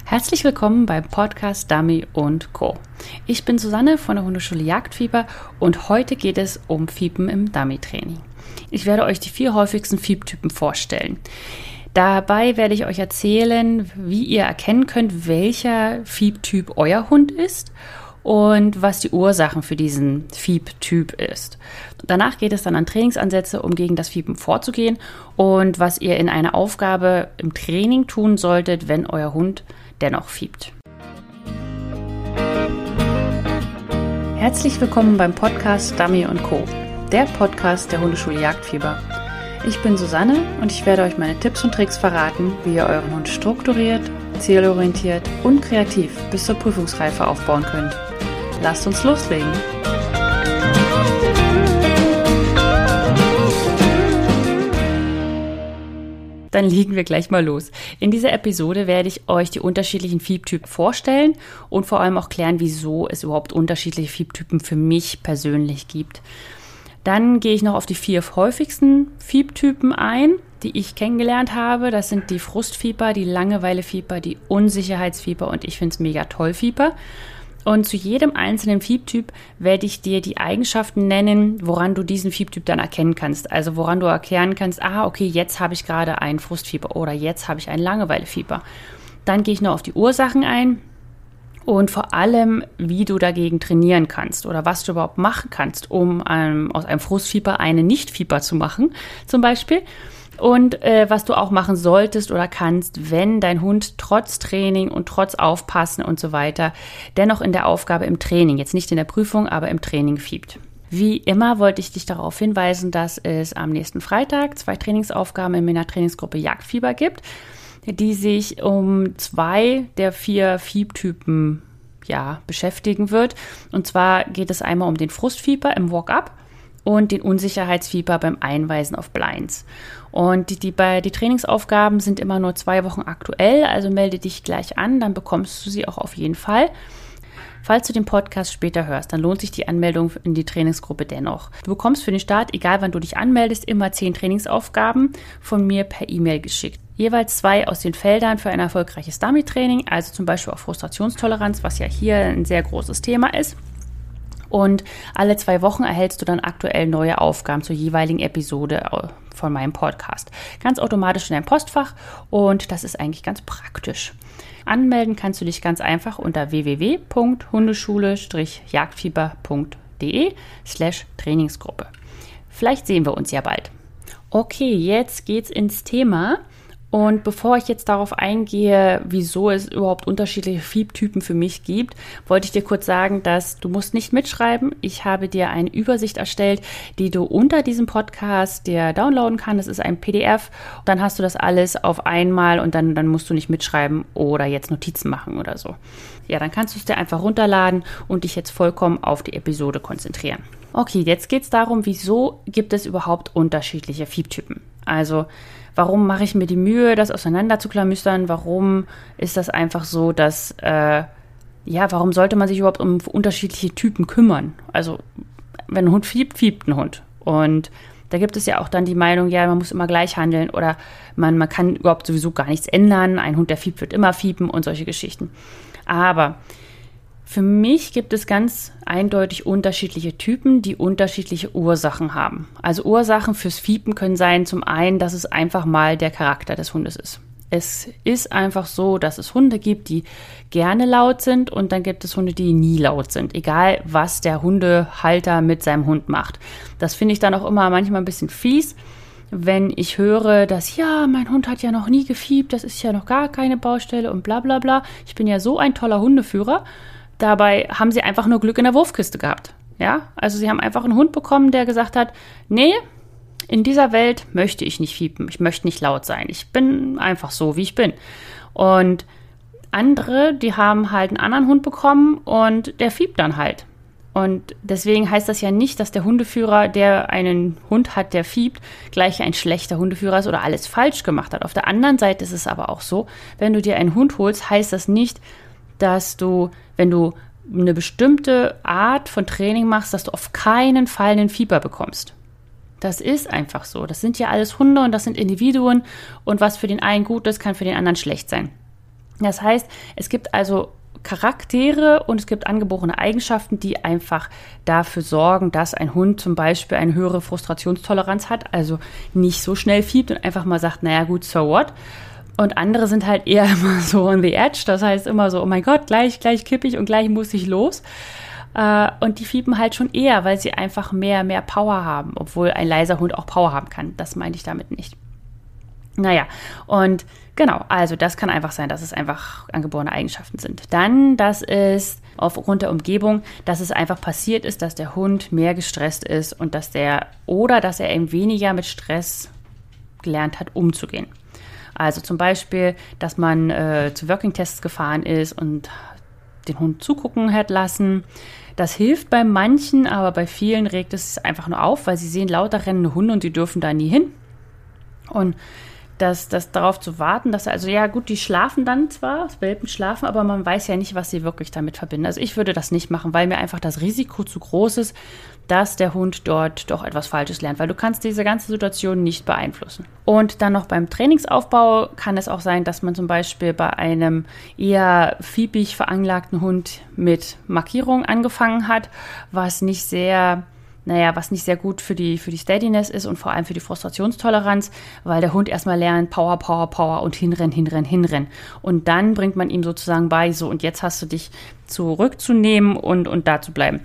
Herzlich willkommen beim Podcast Dummy & Co. Ich bin Susanne von der Hundeschule Jagdfieber und heute geht es um Fiepen im Dummy-Training. Ich werde euch die 4 häufigsten Fieptypen vorstellen. Dabei werde ich euch erzählen, wie ihr erkennen könnt, welcher Fieptyp euer Hund ist und was die Ursachen für diesen Fieptyp ist. Danach geht es dann an Trainingsansätze, um gegen das Fiepen vorzugehen und was ihr in einer Aufgabe im Training tun solltet, wenn euer Hund dennoch fiebt. Herzlich willkommen beim Podcast Dummy & Co., der Podcast der Hundeschule Jagdfieber. Ich bin Susanne und ich werde euch meine Tipps und Tricks verraten, wie ihr euren Hund strukturiert, zielorientiert und kreativ bis zur Prüfungsreife aufbauen könnt. Lasst uns loslegen! Dann legen wir gleich mal los. In dieser Episode werde ich euch die unterschiedlichen Fieptypen vorstellen und vor allem auch klären, wieso es überhaupt unterschiedliche Fieptypen für mich persönlich gibt. Dann gehe ich noch auf die 4 häufigsten Fieptypen ein, die ich kennengelernt habe. Das sind die Frustfieper, die Langeweilefieper, die Unsicherheitsfieper und ich finde es mega toll Fieper. Und zu jedem einzelnen Fieptyp werde ich dir die Eigenschaften nennen, woran du diesen Fieptyp dann erkennen kannst. Also woran du erkennen kannst, okay, jetzt habe ich gerade einen Frustfieber oder jetzt habe ich einen Langeweilefieber. Dann gehe ich noch auf die Ursachen ein und vor allem, wie du dagegen trainieren kannst oder was du überhaupt machen kannst, um aus einem Frustfieber eine Nicht-Fieber zu machen, zum Beispiel. Und was du auch machen solltest oder kannst, wenn dein Hund trotz Training und trotz Aufpassen und so weiter dennoch in der Aufgabe im Training, jetzt nicht in der Prüfung, aber im Training fiebt. Wie immer wollte ich dich darauf hinweisen, dass es am nächsten Freitag 2 Trainingsaufgaben in meiner Trainingsgruppe Jagdfieber gibt, die sich um 2 der 4 Fieptypen beschäftigen wird. Und zwar geht es einmal um den Frustfieber im Walk-up und den Unsicherheitsfieber beim Einweisen auf Blinds. Und die Trainingsaufgaben sind immer nur 2 Wochen aktuell, also melde dich gleich an, dann bekommst du sie auch auf jeden Fall. Falls du den Podcast später hörst, dann lohnt sich die Anmeldung in die Trainingsgruppe dennoch. Du bekommst für den Start, egal wann du dich anmeldest, immer 10 Trainingsaufgaben von mir per E-Mail geschickt. Jeweils 2 aus den Feldern für ein erfolgreiches Dummy-Training, also zum Beispiel auch Frustrationstoleranz, was ja hier ein sehr großes Thema ist. Und alle 2 Wochen erhältst du dann aktuell neue Aufgaben zur jeweiligen Episode von meinem Podcast. Ganz automatisch in dein Postfach und das ist eigentlich ganz praktisch. Anmelden kannst du dich ganz einfach unter www.hundeschule-jagdfieber.de/Trainingsgruppe. Vielleicht sehen wir uns ja bald. Okay, jetzt geht's ins Thema. Und bevor ich jetzt darauf eingehe, wieso es überhaupt unterschiedliche Fieptypen für mich gibt, wollte ich dir kurz sagen, dass du musst nicht mitschreiben. Ich habe dir eine Übersicht erstellt, die du unter diesem Podcast dir downloaden kannst. Das ist ein PDF. Dann hast du das alles auf einmal und dann musst du nicht mitschreiben oder jetzt Notizen machen oder so. Ja, dann kannst du es dir einfach runterladen und dich jetzt vollkommen auf die Episode konzentrieren. Okay, jetzt geht es darum, wieso gibt es überhaupt unterschiedliche Fieptypen? Also, warum mache ich mir die Mühe, das auseinanderzuklamüstern? Warum ist das einfach so, dass, warum sollte man sich überhaupt um unterschiedliche Typen kümmern? Also, wenn ein Hund fiebt, fiebt ein Hund. Und da gibt es ja auch dann die Meinung, man muss immer gleich handeln oder man kann überhaupt sowieso gar nichts ändern. Ein Hund, der fiebt, wird immer fiepen und solche Geschichten. Aber für mich gibt es ganz eindeutig unterschiedliche Typen, die unterschiedliche Ursachen haben. Also Ursachen fürs Fiepen können sein, zum einen, dass es einfach mal der Charakter des Hundes ist. Es ist einfach so, dass es Hunde gibt, die gerne laut sind und dann gibt es Hunde, die nie laut sind, egal was der Hundehalter mit seinem Hund macht. Das finde ich dann auch immer manchmal ein bisschen fies, wenn ich höre, dass mein Hund hat ja noch nie gefiept, das ist ja noch gar keine Baustelle und bla bla bla. Ich bin ja so ein toller Hundeführer. Dabei haben sie einfach nur Glück in der Wurfkiste gehabt. Ja, also sie haben einfach einen Hund bekommen, der gesagt hat, nee, in dieser Welt möchte ich nicht fiepen, ich möchte nicht laut sein, ich bin einfach so, wie ich bin. Und andere, die haben halt einen anderen Hund bekommen und der fiebt dann halt. Und deswegen heißt das ja nicht, dass der Hundeführer, der einen Hund hat, der fiebt, gleich ein schlechter Hundeführer ist oder alles falsch gemacht hat. Auf der anderen Seite ist es aber auch so, wenn du dir einen Hund holst, heißt das nicht, dass du, wenn du eine bestimmte Art von Training machst, dass du auf keinen Fall einen Fieber bekommst. Das ist einfach so. Das sind ja alles Hunde und das sind Individuen und was für den einen gut ist, kann für den anderen schlecht sein. Das heißt, es gibt also Charaktere und es gibt angeborene Eigenschaften, die einfach dafür sorgen, dass ein Hund zum Beispiel eine höhere Frustrationstoleranz hat, also nicht so schnell fiebt und einfach mal sagt, naja gut, so what? Und andere sind halt eher immer so on the edge, das heißt immer so, oh mein Gott, gleich kipp ich und gleich muss ich los. Und die fiepen halt schon eher, weil sie einfach mehr Power haben, obwohl ein leiser Hund auch Power haben kann. Das meinte ich damit nicht. Naja, und genau, also das kann einfach sein, dass es einfach angeborene Eigenschaften sind. Dann, dass es aufgrund der Umgebung, dass es einfach passiert ist, dass der Hund mehr gestresst ist und dass er eben weniger mit Stress gelernt hat, umzugehen. Also zum Beispiel, dass man zu Working-Tests gefahren ist und den Hund zugucken hat lassen. Das hilft bei manchen, aber bei vielen regt es einfach nur auf, weil sie sehen lauter rennende Hunde und die dürfen da nie hin. Und das darauf zu warten, dass also ja gut, die schlafen dann zwar, Welpen schlafen, aber man weiß ja nicht, was sie wirklich damit verbinden. Also ich würde das nicht machen, weil mir einfach das Risiko zu groß ist, dass der Hund dort doch etwas Falsches lernt, weil du kannst diese ganze Situation nicht beeinflussen. Und dann noch beim Trainingsaufbau kann es auch sein, dass man zum Beispiel bei einem eher fiebig veranlagten Hund mit Markierung angefangen hat, was nicht sehr gut für die Steadiness ist und vor allem für die Frustrationstoleranz, weil der Hund erstmal lernt, Power und hinrennen. Und dann bringt man ihm sozusagen bei, so und jetzt hast du dich zurückzunehmen und da zu bleiben.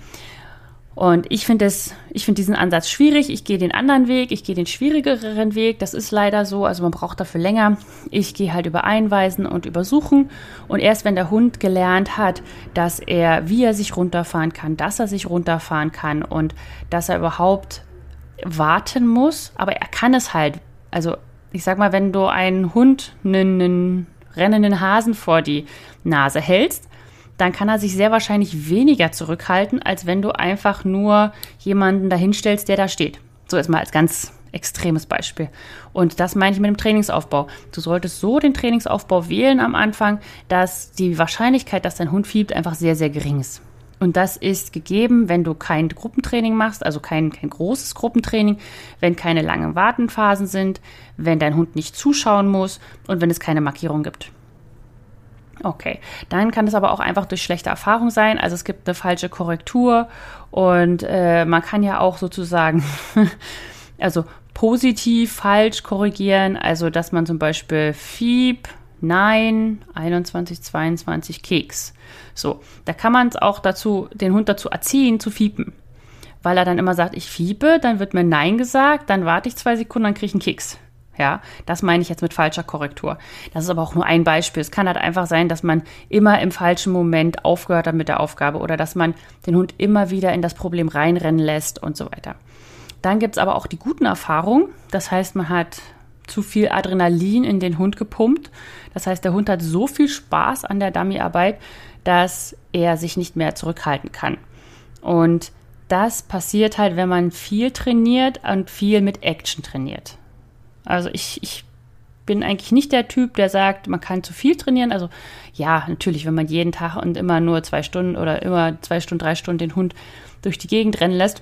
Und ich finde diesen Ansatz schwierig. Ich gehe den anderen Weg, ich gehe den schwierigeren Weg. Das ist leider so, also man braucht dafür länger. Ich gehe halt über Einweisen und übersuchen. Und erst wenn der Hund gelernt hat, wie er sich runterfahren kann, dass er sich runterfahren kann und dass er überhaupt warten muss, aber er kann es halt. Also ich sag mal, wenn du einen Hund, einen rennenden Hasen vor die Nase hältst, dann kann er sich sehr wahrscheinlich weniger zurückhalten, als wenn du einfach nur jemanden dahinstellst, der da steht. So ist mal als ganz extremes Beispiel. Und das meine ich mit dem Trainingsaufbau. Du solltest so den Trainingsaufbau wählen am Anfang, dass die Wahrscheinlichkeit, dass dein Hund fiebt, einfach sehr, sehr gering ist. Und das ist gegeben, wenn du kein Gruppentraining machst, also kein großes Gruppentraining, wenn keine langen Wartenphasen sind, wenn dein Hund nicht zuschauen muss und wenn es keine Markierung gibt. Okay, dann kann es aber auch einfach durch schlechte Erfahrung sein. Also es gibt eine falsche Korrektur und man kann ja auch sozusagen also positiv falsch korrigieren. Also dass man zum Beispiel Fieb, Nein, 21, 22, Keks. So, da kann man es auch den Hund dazu erziehen, zu fiepen. Weil er dann immer sagt, ich fiebe, dann wird mir Nein gesagt, dann warte ich 2 Sekunden, dann kriege ich einen Keks. Ja, das meine ich jetzt mit falscher Korrektur. Das ist aber auch nur ein Beispiel. Es kann halt einfach sein, dass man immer im falschen Moment aufgehört hat mit der Aufgabe oder dass man den Hund immer wieder in das Problem reinrennen lässt und so weiter. Dann gibt es aber auch die guten Erfahrungen. Das heißt, man hat zu viel Adrenalin in den Hund gepumpt. Das heißt, der Hund hat so viel Spaß an der Dummyarbeit, dass er sich nicht mehr zurückhalten kann. Und das passiert halt, wenn man viel trainiert und viel mit Action trainiert. Also ich bin eigentlich nicht der Typ, der sagt, man kann zu viel trainieren. Also ja, natürlich, wenn man jeden Tag und immer nur 2 Stunden oder immer 2 Stunden, 3 Stunden den Hund durch die Gegend rennen lässt.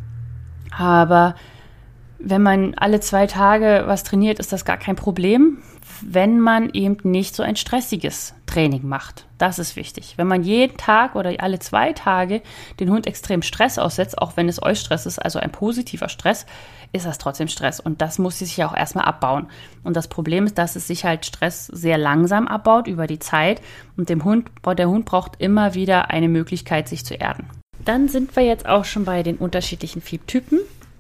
Aber wenn man alle 2 Tage was trainiert, ist das gar kein Problem, wenn man eben nicht so ein stressiges Training macht. Das ist wichtig. Wenn man jeden Tag oder alle 2 Tage den Hund extrem Stress aussetzt, auch wenn es Eustress ist, also ein positiver Stress, ist das trotzdem Stress. Und das muss sich ja auch erstmal abbauen. Und das Problem ist, dass es sich halt Stress sehr langsam abbaut über die Zeit. Und der Hund braucht immer wieder eine Möglichkeit, sich zu erden. Dann sind wir jetzt auch schon bei den unterschiedlichen Fiebtypen.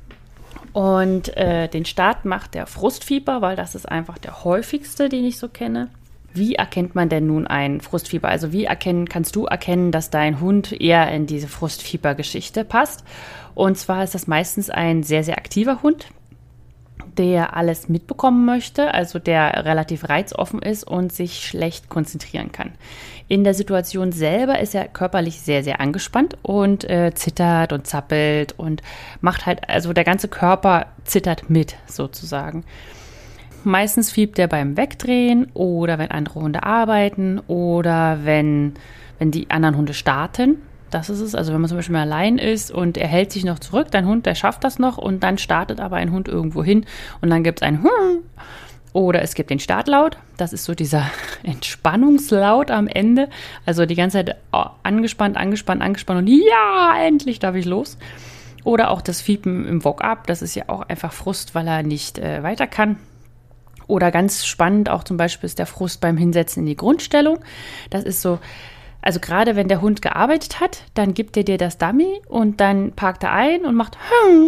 Und den Start macht der Frustfieber, weil das ist einfach der häufigste, den ich so kenne. Wie erkennt man denn nun ein Frustfieber? Also kannst du erkennen, dass dein Hund eher in diese Frustfieber-Geschichte passt? Und zwar ist das meistens ein sehr, sehr aktiver Hund, der alles mitbekommen möchte, also der relativ reizoffen ist und sich schlecht konzentrieren kann. In der Situation selber ist er körperlich sehr, sehr angespannt und zittert und zappelt und macht halt, also der ganze Körper zittert mit sozusagen. Meistens fiebt er beim Wegdrehen oder wenn andere Hunde arbeiten oder wenn die anderen Hunde starten. Das ist es, also wenn man zum Beispiel mal allein ist und er hält sich noch zurück, dein Hund, der schafft das noch und dann startet aber ein Hund irgendwo hin und dann gibt es ein Oder es gibt den Startlaut, das ist so dieser Entspannungslaut am Ende. Also die ganze Zeit angespannt und ja, endlich darf ich los. Oder auch das Fiepen im Walk-up, das ist ja auch einfach Frust, weil er nicht weiter kann. Oder ganz spannend auch zum Beispiel ist der Frust beim Hinsetzen in die Grundstellung. Das ist so, also gerade wenn der Hund gearbeitet hat, dann gibt er dir das Dummy und dann parkt er ein und macht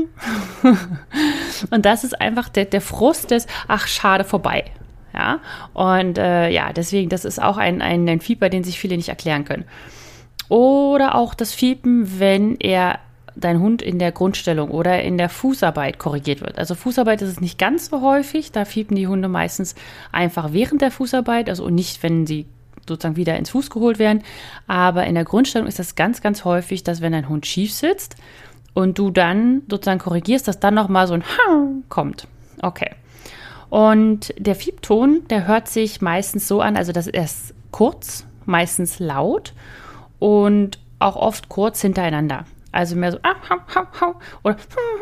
und das ist einfach der Frust des, ach schade, vorbei. Ja, und deswegen, das ist auch ein Fieber, den sich viele nicht erklären können. Oder auch das Fiepen, wenn dein Hund in der Grundstellung oder in der Fußarbeit korrigiert wird. Also Fußarbeit ist es nicht ganz so häufig, da fiepen die Hunde meistens einfach während der Fußarbeit, also nicht, wenn sie sozusagen wieder ins Fuß geholt werden. Aber in der Grundstellung ist das ganz, ganz häufig, dass wenn dein Hund schief sitzt und du dann sozusagen korrigierst, dass dann nochmal so ein kommt. Okay. Und der Fiebton, der hört sich meistens so an, also das ist erst kurz, meistens laut und auch oft kurz hintereinander. Also mehr so oder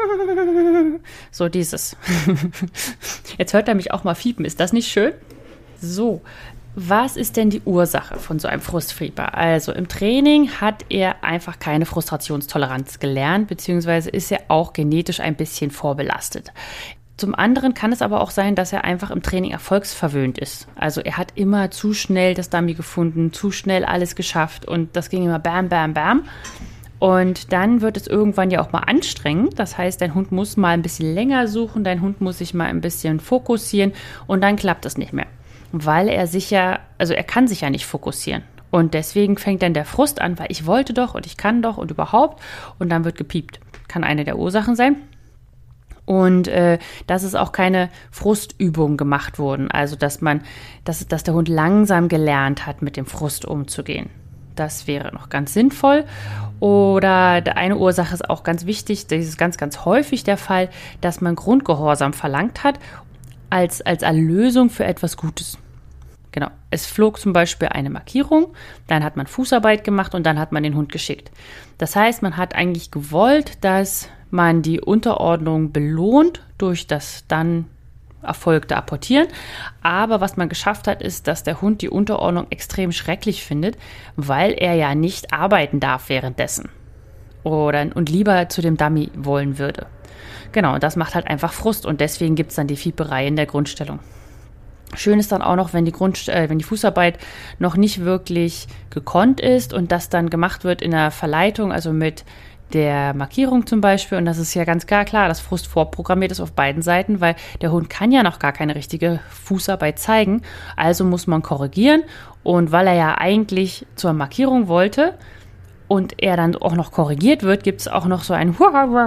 so dieses. Jetzt hört er mich auch mal fiepen. Ist das nicht schön? So, was ist denn die Ursache von so einem Frustfieber? Also im Training hat er einfach keine Frustrationstoleranz gelernt, beziehungsweise ist er auch genetisch ein bisschen vorbelastet. Zum anderen kann es aber auch sein, dass er einfach im Training erfolgsverwöhnt ist. Also er hat immer zu schnell das Dummy gefunden, zu schnell alles geschafft und das ging immer bam, bam, bam. Und dann wird es irgendwann ja auch mal anstrengend. Das heißt, dein Hund muss mal ein bisschen länger suchen, dein Hund muss sich mal ein bisschen fokussieren und dann klappt es nicht mehr. Weil er kann sich ja nicht fokussieren. Und deswegen fängt dann der Frust an, weil ich wollte doch und ich kann doch und überhaupt. Und dann wird gepiept. Kann eine der Ursachen sein. Und dass es auch keine Frustübungen gemacht wurden. Also dass der Hund langsam gelernt hat, mit dem Frust umzugehen. Das wäre noch ganz sinnvoll. Oder eine Ursache ist auch ganz wichtig, das ist ganz, ganz häufig der Fall, dass man Grundgehorsam verlangt hat als Erlösung für etwas Gutes. Genau, es flog zum Beispiel eine Markierung, dann hat man Fußarbeit gemacht und dann hat man den Hund geschickt. Das heißt, man hat eigentlich gewollt, dass man die Unterordnung belohnt durch das dann erfolgte Apportieren. Aber was man geschafft hat, ist, dass der Hund die Unterordnung extrem schrecklich findet, weil er ja nicht arbeiten darf währenddessen. Und lieber zu dem Dummy wollen würde. Genau, und das macht halt einfach Frust und deswegen gibt es dann die Fieberei in der Grundstellung. Schön ist dann auch noch, wenn die Fußarbeit noch nicht wirklich gekonnt ist und das dann gemacht wird in der Verleitung, also mit der Markierung zum Beispiel. Und das ist ja ganz klar, dass Frust vorprogrammiert ist auf beiden Seiten, weil der Hund kann ja noch gar keine richtige Fußarbeit zeigen. Also muss man korrigieren. Und weil er ja eigentlich zur Markierung wollte und er dann auch noch korrigiert wird, gibt es auch noch so ein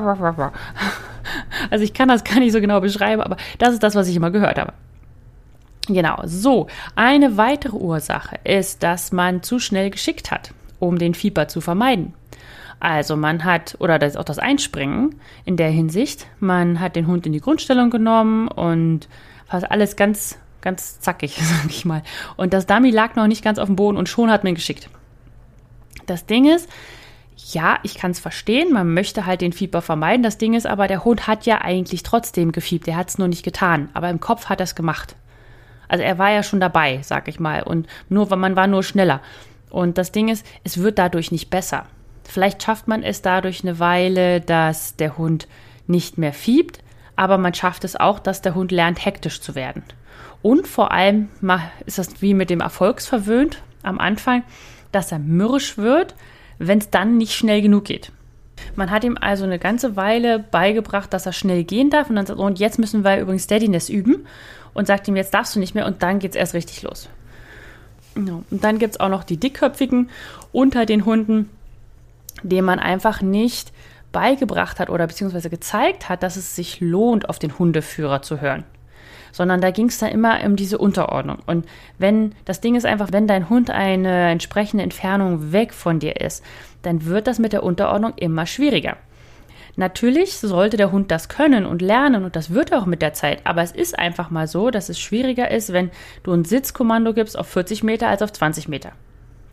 Also ich kann das gar nicht so genau beschreiben, aber das ist das, was ich immer gehört habe. Genau, so. Eine weitere Ursache ist, dass man zu schnell geschickt hat, um den Fieber zu vermeiden. Also das ist auch das Einspringen in der Hinsicht, man hat den Hund in die Grundstellung genommen und fast alles ganz, ganz zackig, sag ich mal. Und das Dummy lag noch nicht ganz auf dem Boden und schon hat man ihn geschickt. Das Ding ist, ja, ich kann es verstehen, man möchte halt den Fieber vermeiden. Das Ding ist aber, der Hund hat ja eigentlich trotzdem gefiebt, er hat es nur nicht getan, aber im Kopf hat er es gemacht. Also er war ja schon dabei, sag ich mal, und man war nur schneller. Und das Ding ist, es wird dadurch nicht besser. Vielleicht schafft man es dadurch eine Weile, dass der Hund nicht mehr fiebt, aber man schafft es auch, dass der Hund lernt, hektisch zu werden. Und vor allem ist das wie mit dem Erfolgsverwöhnt am Anfang, dass er mürrisch wird, wenn es dann nicht schnell genug geht. Man hat ihm also eine ganze Weile beigebracht, dass er schnell gehen darf und dann sagt, und jetzt müssen wir übrigens Steadiness üben und sagt ihm, jetzt darfst du nicht mehr und dann geht es erst richtig los. Und dann gibt es auch noch die Dickköpfigen unter den Hunden, dem man einfach nicht beigebracht hat oder beziehungsweise gezeigt hat, dass es sich lohnt, auf den Hundeführer zu hören. Sondern da ging es dann immer um diese Unterordnung. Und das Ding ist einfach, wenn dein Hund eine entsprechende Entfernung weg von dir ist, dann wird das mit der Unterordnung immer schwieriger. Natürlich sollte der Hund das können und lernen und das wird er auch mit der Zeit, aber es ist einfach mal so, dass es schwieriger ist, wenn du ein Sitzkommando gibst auf 40 Meter als auf 20 Meter.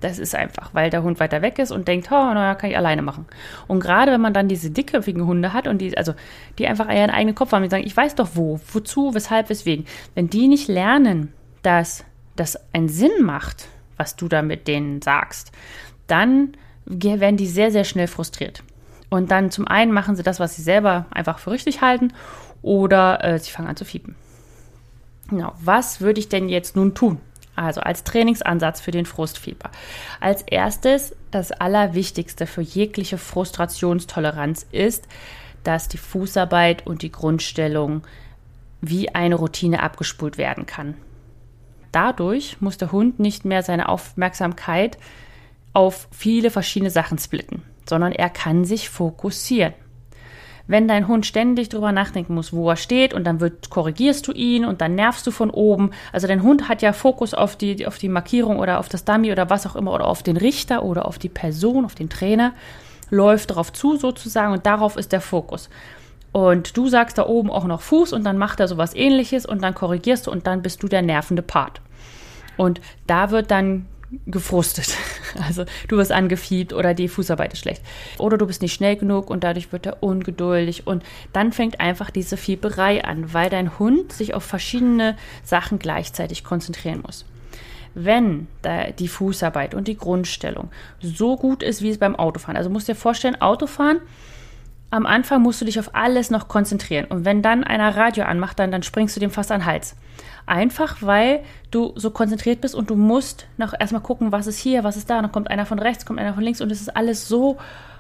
Das ist einfach, weil der Hund weiter weg ist und denkt, naja, kann ich alleine machen. Und gerade wenn man dann diese dickköpfigen Hunde hat und die einfach ihren eigenen Kopf haben, die sagen, ich weiß doch wozu, weshalb, weswegen. Wenn die nicht lernen, dass das einen Sinn macht, was du da mit denen sagst, dann werden die sehr, sehr schnell frustriert. Und dann zum einen machen sie das, was sie selber einfach für richtig halten, oder sie fangen an zu fiepen. Genau, was würde ich denn jetzt nun tun? Also als Trainingsansatz für den Frustfieber. Als erstes, das Allerwichtigste für jegliche Frustrationstoleranz ist, dass die Fußarbeit und die Grundstellung wie eine Routine abgespult werden kann. Dadurch muss der Hund nicht mehr seine Aufmerksamkeit auf viele verschiedene Sachen splitten, sondern er kann sich fokussieren. Wenn dein Hund ständig drüber nachdenken muss, wo er steht und dann korrigierst du ihn und dann nervst du von oben. Also dein Hund hat ja Fokus auf die Markierung oder auf das Dummy oder was auch immer oder auf den Richter oder auf die Person, auf den Trainer, läuft darauf zu sozusagen und darauf ist der Fokus. Und du sagst da oben auch noch Fuß und dann macht er sowas Ähnliches und dann korrigierst du und dann bist du der nervende Part. Und da wird dann gefrustet. Also du wirst angefiebt oder die Fußarbeit ist schlecht. Oder du bist nicht schnell genug und dadurch wird er ungeduldig. Und dann fängt einfach diese Fieberei an, weil dein Hund sich auf verschiedene Sachen gleichzeitig konzentrieren muss. Wenn die Fußarbeit und die Grundstellung so gut ist, wie es beim Autofahren, also musst dir vorstellen, Autofahren, am Anfang musst du dich auf alles noch konzentrieren. Und wenn dann einer Radio anmacht, dann springst du dem fast an den Hals. Einfach, weil du so konzentriert bist und du musst noch erstmal gucken, was ist hier, was ist da. Und dann kommt einer von rechts, kommt einer von links und es ist alles so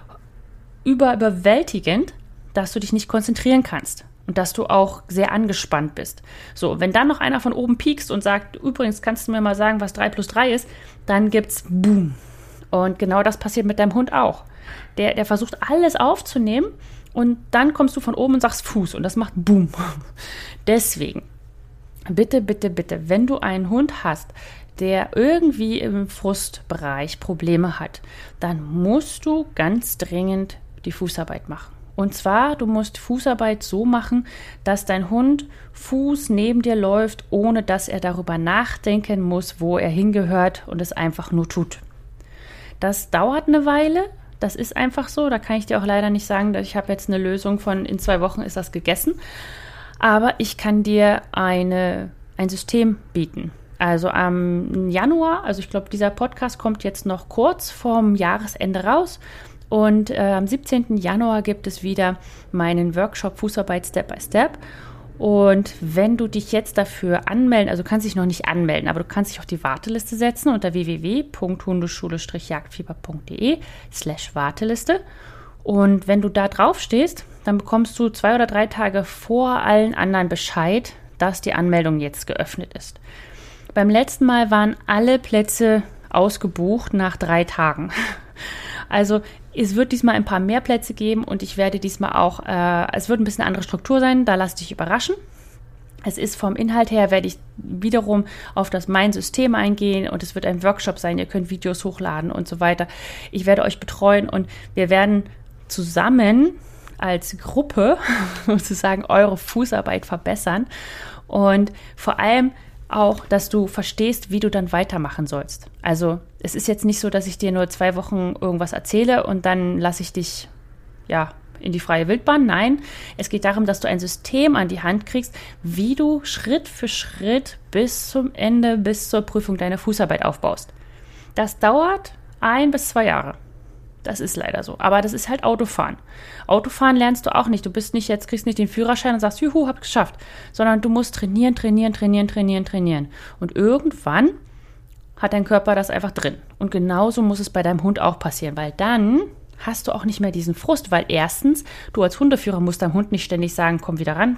überwältigend, dass du dich nicht konzentrieren kannst. Und dass du auch sehr angespannt bist. So, wenn dann noch einer von oben piekst und sagt, übrigens, kannst du mir mal sagen, was 3 plus 3 ist, dann gibt's Boom. Und genau das passiert mit deinem Hund auch. Der versucht alles aufzunehmen und dann kommst du von oben und sagst Fuß und das macht Boom. Deswegen, bitte, bitte, bitte, wenn du einen Hund hast, der irgendwie im Frustbereich Probleme hat, dann musst du ganz dringend die Fußarbeit machen. Und zwar, du musst Fußarbeit so machen, dass dein Hund Fuß neben dir läuft, ohne dass er darüber nachdenken muss, wo er hingehört und es einfach nur tut. Das dauert eine Weile, das ist einfach so. Da kann ich dir auch leider nicht sagen, dass ich habe jetzt eine Lösung von in 2 Wochen ist das gegessen. Aber ich kann dir ein System bieten. Also am Januar, also ich glaube, dieser Podcast kommt jetzt noch kurz vorm Jahresende raus. Und am 17. Januar gibt es wieder meinen Workshop Fußarbeit Step by Step. Und wenn du dich jetzt dafür anmelden, also du kannst dich noch nicht anmelden, aber du kannst dich auf die Warteliste setzen unter www.hundeschule-jagdfieber.de/Warteliste. Und wenn du da drauf stehst, dann bekommst du 2 oder 3 Tage vor allen anderen Bescheid, dass die Anmeldung jetzt geöffnet ist. Beim letzten Mal waren alle Plätze ausgebucht nach 3 Tagen. Also es wird diesmal ein paar mehr Plätze geben und ich werde diesmal auch, es wird ein bisschen andere Struktur sein, da lass dich überraschen. Es ist vom Inhalt her, werde ich wiederum auf mein System eingehen und es wird ein Workshop sein, ihr könnt Videos hochladen und so weiter. Ich werde euch betreuen und wir werden zusammen als Gruppe sozusagen eure Fußarbeit verbessern und vor allem auch, dass du verstehst, wie du dann weitermachen sollst. Also es ist jetzt nicht so, dass ich dir nur 2 Wochen irgendwas erzähle und dann lasse ich dich in die freie Wildbahn. Nein, es geht darum, dass du ein System an die Hand kriegst, wie du Schritt für Schritt bis zum Ende, bis zur Prüfung deine Fußarbeit aufbaust. Das dauert 1 bis 2 Jahre. Das ist leider so. Aber das ist halt Autofahren. Autofahren lernst du auch nicht. Du kriegst nicht den Führerschein und sagst, juhu, hab geschafft. Sondern du musst trainieren. Und irgendwann hat dein Körper das einfach drin. Und genauso muss es bei deinem Hund auch passieren, weil dann hast du auch nicht mehr diesen Frust, weil erstens, du als Hundeführer musst deinem Hund nicht ständig sagen, komm wieder ran,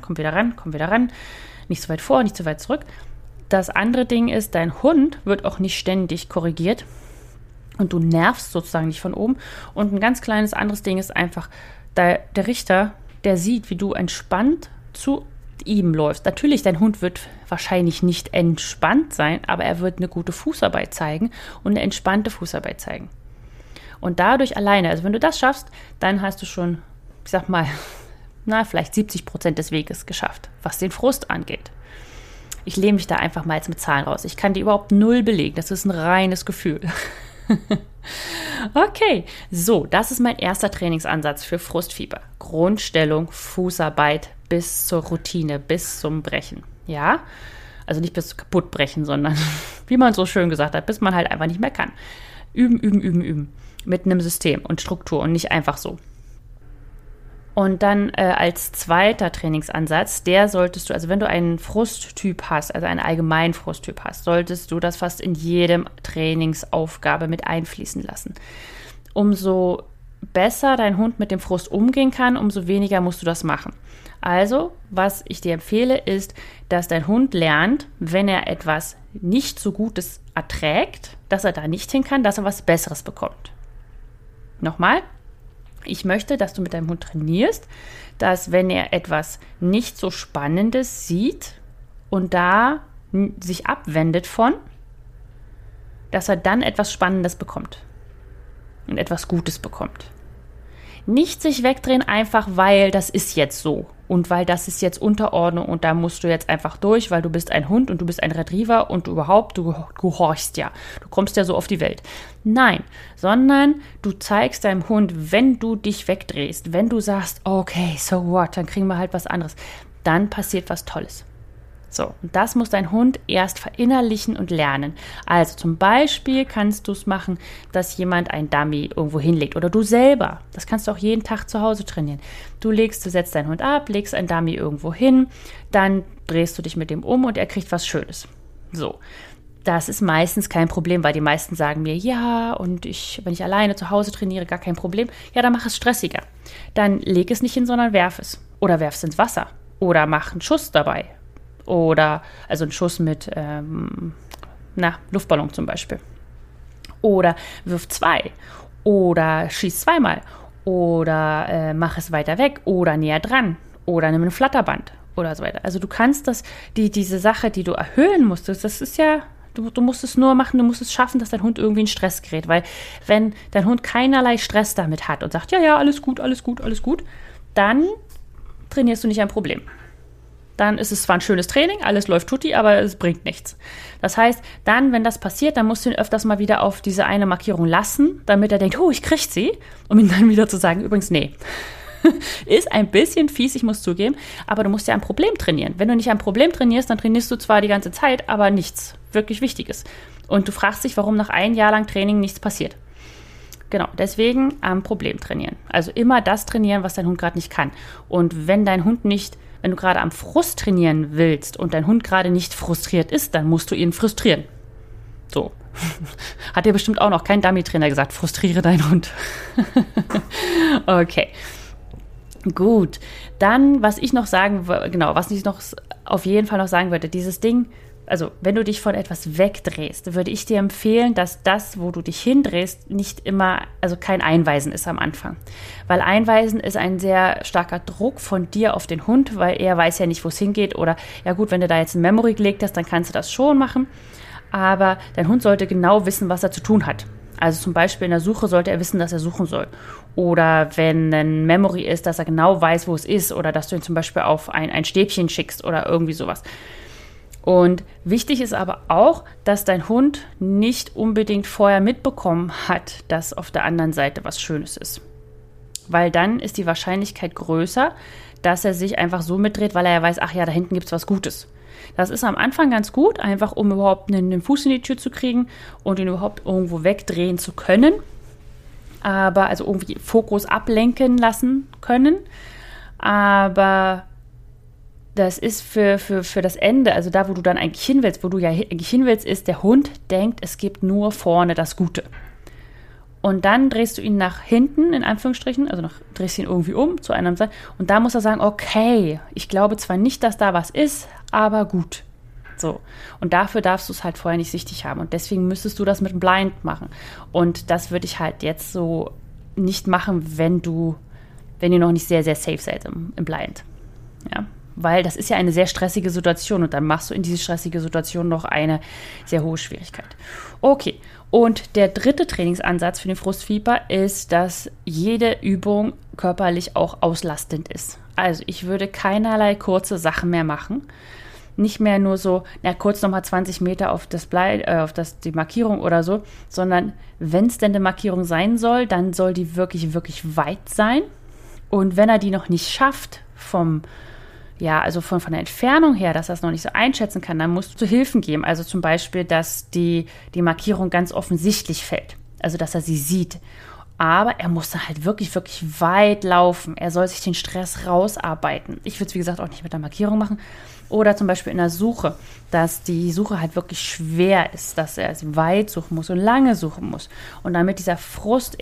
nicht so weit vor, nicht so weit zurück. Das andere Ding ist, dein Hund wird auch nicht ständig korrigiert. Und du nervst sozusagen nicht von oben. Und ein ganz kleines anderes Ding ist einfach, der Richter, der sieht, wie du entspannt zu ihm läufst. Natürlich, dein Hund wird wahrscheinlich nicht entspannt sein, aber er wird eine gute Fußarbeit zeigen und eine entspannte Fußarbeit zeigen. Und dadurch alleine, also wenn du das schaffst, dann hast du schon, ich sag mal, vielleicht 70% des Weges geschafft, was den Frust angeht. Ich lehne mich da einfach mal jetzt mit Zahlen raus. Ich kann dir überhaupt 0 belegen. Das ist ein reines Gefühl. Okay, so, das ist mein erster Trainingsansatz für Frustfieber. Grundstellung, Fußarbeit bis zur Routine, bis zum Brechen. Ja, also nicht bis kaputt brechen, sondern, wie man so schön gesagt hat, bis man halt einfach nicht mehr kann. Üben, üben, üben, üben. Mit einem System und Struktur und nicht einfach so. Und dann als zweiter Trainingsansatz, der solltest du, also wenn du einen Frusttyp hast, also einen allgemeinen Frusttyp hast, solltest du das fast in jedem Trainingsaufgabe mit einfließen lassen. Umso besser dein Hund mit dem Frust umgehen kann, umso weniger musst du das machen. Also, was ich dir empfehle, ist, dass dein Hund lernt, wenn er etwas nicht so Gutes erträgt, dass er da nicht hin kann, dass er was Besseres bekommt. Nochmal. Ich möchte, dass du mit deinem Hund trainierst, dass wenn er etwas nicht so Spannendes sieht und da sich abwendet von, dass er dann etwas Spannendes bekommt und etwas Gutes bekommt. Nicht sich wegdrehen, einfach weil das ist jetzt so und weil das ist jetzt Unterordnung und da musst du jetzt einfach durch, weil du bist ein Hund und du bist ein Retriever und du gehorchst ja. Du kommst ja so auf die Welt. Nein, sondern du zeigst deinem Hund, wenn du dich wegdrehst, wenn du sagst, okay, so what, dann kriegen wir halt was anderes, dann passiert was Tolles. So, und das muss dein Hund erst verinnerlichen und lernen. Also zum Beispiel kannst du es machen, dass jemand ein Dummy irgendwo hinlegt oder du selber. Das kannst du auch jeden Tag zu Hause trainieren. Du setzt deinen Hund ab, legst ein Dummy irgendwo hin, dann drehst du dich mit dem um und er kriegt was Schönes. So, das ist meistens kein Problem, weil die meisten sagen mir, ja, und wenn ich alleine zu Hause trainiere, gar kein Problem. Ja, dann mach es stressiger. Dann leg es nicht hin, sondern werf es. Oder werf es ins Wasser. Oder mach einen Schuss dabei. Oder, also ein Schuss mit Luftballon zum Beispiel. Oder wirf 2. Oder schieß 2-mal. Oder mach es weiter weg. Oder näher dran. Oder nimm ein Flatterband. Oder so weiter. Also du kannst diese Sache, die du erhöhen musstest, das ist ja, du musst es nur machen, du musst es schaffen, dass dein Hund irgendwie in Stress gerät. Weil wenn dein Hund keinerlei Stress damit hat und sagt, ja, alles gut, alles gut, alles gut, dann trainierst du nicht ein Problem. Dann ist es zwar ein schönes Training, alles läuft tutti, aber es bringt nichts. Das heißt, dann, wenn das passiert, dann musst du ihn öfters mal wieder auf diese eine Markierung lassen, damit er denkt, ich krieg sie, um ihm dann wieder zu sagen, übrigens, nee. Ist ein bisschen fies, ich muss zugeben, aber du musst ja ein Problem trainieren. Wenn du nicht ein Problem trainierst, dann trainierst du zwar die ganze Zeit, aber nichts wirklich Wichtiges. Und du fragst dich, warum nach ein Jahr lang Training nichts passiert. Genau, deswegen am Problem trainieren. Also immer das trainieren, was dein Hund gerade nicht kann. Und wenn du gerade am Frust trainieren willst und dein Hund gerade nicht frustriert ist, dann musst du ihn frustrieren. So. Hat dir bestimmt auch noch kein Dummy-Trainer gesagt, frustriere deinen Hund. Okay. Gut. Dann, was ich noch auf jeden Fall noch sagen würde, dieses Ding, also wenn du dich von etwas wegdrehst, würde ich dir empfehlen, dass das, wo du dich hindrehst, nicht immer, also kein Einweisen ist am Anfang. Weil Einweisen ist ein sehr starker Druck von dir auf den Hund, weil er weiß ja nicht, wo es hingeht. Oder, ja gut, wenn du da jetzt ein Memory gelegt hast, dann kannst du das schon machen. Aber dein Hund sollte genau wissen, was er zu tun hat. Also zum Beispiel in der Suche sollte er wissen, dass er suchen soll. Oder wenn ein Memory ist, dass er genau weiß, wo es ist. Oder dass du ihn zum Beispiel auf ein Stäbchen schickst oder irgendwie sowas. Und wichtig ist aber auch, dass dein Hund nicht unbedingt vorher mitbekommen hat, dass auf der anderen Seite was Schönes ist. Weil dann ist die Wahrscheinlichkeit größer, dass er sich einfach so mitdreht, weil er ja weiß, ach ja, da hinten gibt es was Gutes. Das ist am Anfang ganz gut, einfach um überhaupt einen Fuß in die Tür zu kriegen und ihn überhaupt irgendwo wegdrehen zu können. Aber also irgendwie Fokus ablenken lassen können. Aber das ist für das Ende, also da, wo du dann eigentlich hin willst, wo du ja eigentlich hin willst, ist, der Hund denkt, es gibt nur vorne das Gute. Und dann drehst du ihn nach hinten, in Anführungsstrichen, also drehst ihn irgendwie um zu einer Seite. Und da muss er sagen, okay, ich glaube zwar nicht, dass da was ist, aber gut. So. Und dafür darfst du es halt vorher nicht sichtig haben. Und deswegen müsstest du das mit Blind machen. Und das würde ich halt jetzt so nicht machen, wenn ihr noch nicht sehr, sehr safe seid im Blind. Ja. Weil das ist ja eine sehr stressige Situation und dann machst du in diese stressige Situation noch eine sehr hohe Schwierigkeit. Okay, und der dritte Trainingsansatz für den Frustfieber ist, dass jede Übung körperlich auch auslastend ist. Also ich würde keinerlei kurze Sachen mehr machen. nicht mehr nur so, kurz nochmal 20 Meter auf das die Markierung oder so, sondern wenn es denn eine Markierung sein soll, dann soll die wirklich, wirklich weit sein. Und wenn er die noch nicht schafft, von der Entfernung her, dass er es noch nicht so einschätzen kann, dann musst du Hilfen geben. Also zum Beispiel, dass die Markierung ganz offensichtlich fällt. Also, dass er sie sieht. Aber er muss dann halt wirklich, wirklich weit laufen. Er soll sich den Stress rausarbeiten. Ich würde es, wie gesagt, auch nicht mit der Markierung machen. Oder zum Beispiel in der Suche, dass die Suche halt wirklich schwer ist, dass er weit suchen muss und lange suchen muss. Und damit dieser Frust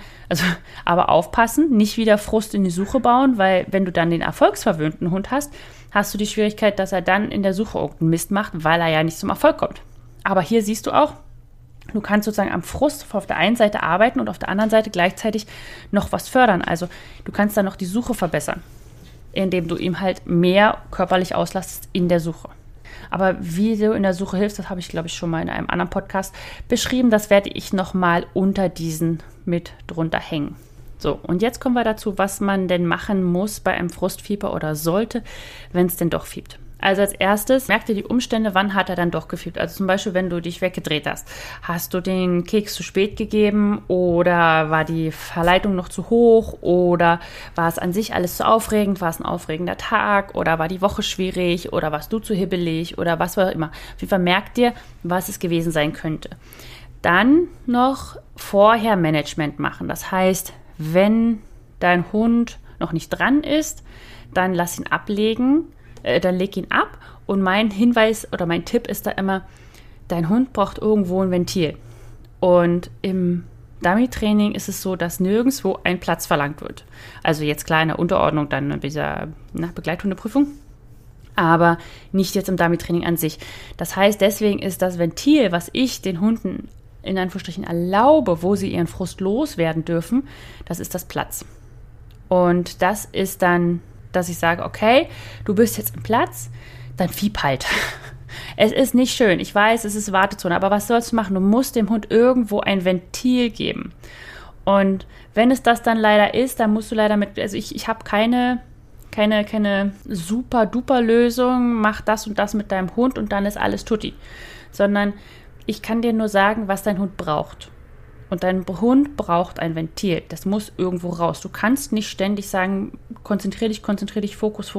aber aufpassen, nicht wieder Frust in die Suche bauen, weil wenn du dann den erfolgsverwöhnten Hund hast, hast du die Schwierigkeit, dass er dann in der Suche irgendeinen Mist macht, weil er ja nicht zum Erfolg kommt. Aber hier siehst du auch, du kannst sozusagen am Frust auf der einen Seite arbeiten und auf der anderen Seite gleichzeitig noch was fördern. Also du kannst dann noch die Suche verbessern, indem du ihm halt mehr körperlich auslastest in der Suche. Aber wie du in der Suche hilfst, das habe ich, glaube ich, schon mal in einem anderen Podcast beschrieben. Das werde ich nochmal unter diesen mit drunter hängen. So, und jetzt kommen wir dazu, was man denn machen muss bei einem Frustfieber oder sollte, wenn es denn doch fiebt. Also als erstes, merk dir die Umstände, wann hat er dann doch gefiebt. Also zum Beispiel, wenn du dich weggedreht hast. Hast du den Keks zu spät gegeben oder war die Verleitung noch zu hoch oder war es an sich alles zu aufregend, war es ein aufregender Tag oder war die Woche schwierig oder warst du zu hibbelig oder was auch immer. Auf jeden Fall merk dir, was es gewesen sein könnte. Dann noch vorher Management machen. Das heißt, wenn dein Hund noch nicht dran ist, dann lass ihn ablegen. Dann leg ihn ab und mein Hinweis oder mein Tipp ist da immer, dein Hund braucht irgendwo ein Ventil. Und im Dummy-Training ist es so, dass nirgendwo ein Platz verlangt wird. Also jetzt klar in der Unterordnung dann in dieser Begleithundeprüfung, aber nicht jetzt im Dummy-Training an sich. Das heißt, deswegen ist das Ventil, was ich den Hunden in Anführungsstrichen erlaube, wo sie ihren Frust loswerden dürfen, das ist das Platz. Und das ist dann, dass ich sage, okay, du bist jetzt im Platz, dann fieb halt. Es ist nicht schön, ich weiß, es ist Wartezone, aber was sollst du machen? Du musst dem Hund irgendwo ein Ventil geben. Und wenn es das dann leider ist, dann musst du leider ich habe keine super-duper Lösung, mach das und das mit deinem Hund und dann ist alles tutti. Sondern ich kann dir nur sagen, was dein Hund braucht. Und dein Hund braucht ein Ventil. Das muss irgendwo raus. Du kannst nicht ständig sagen, konzentrier dich, Fokus.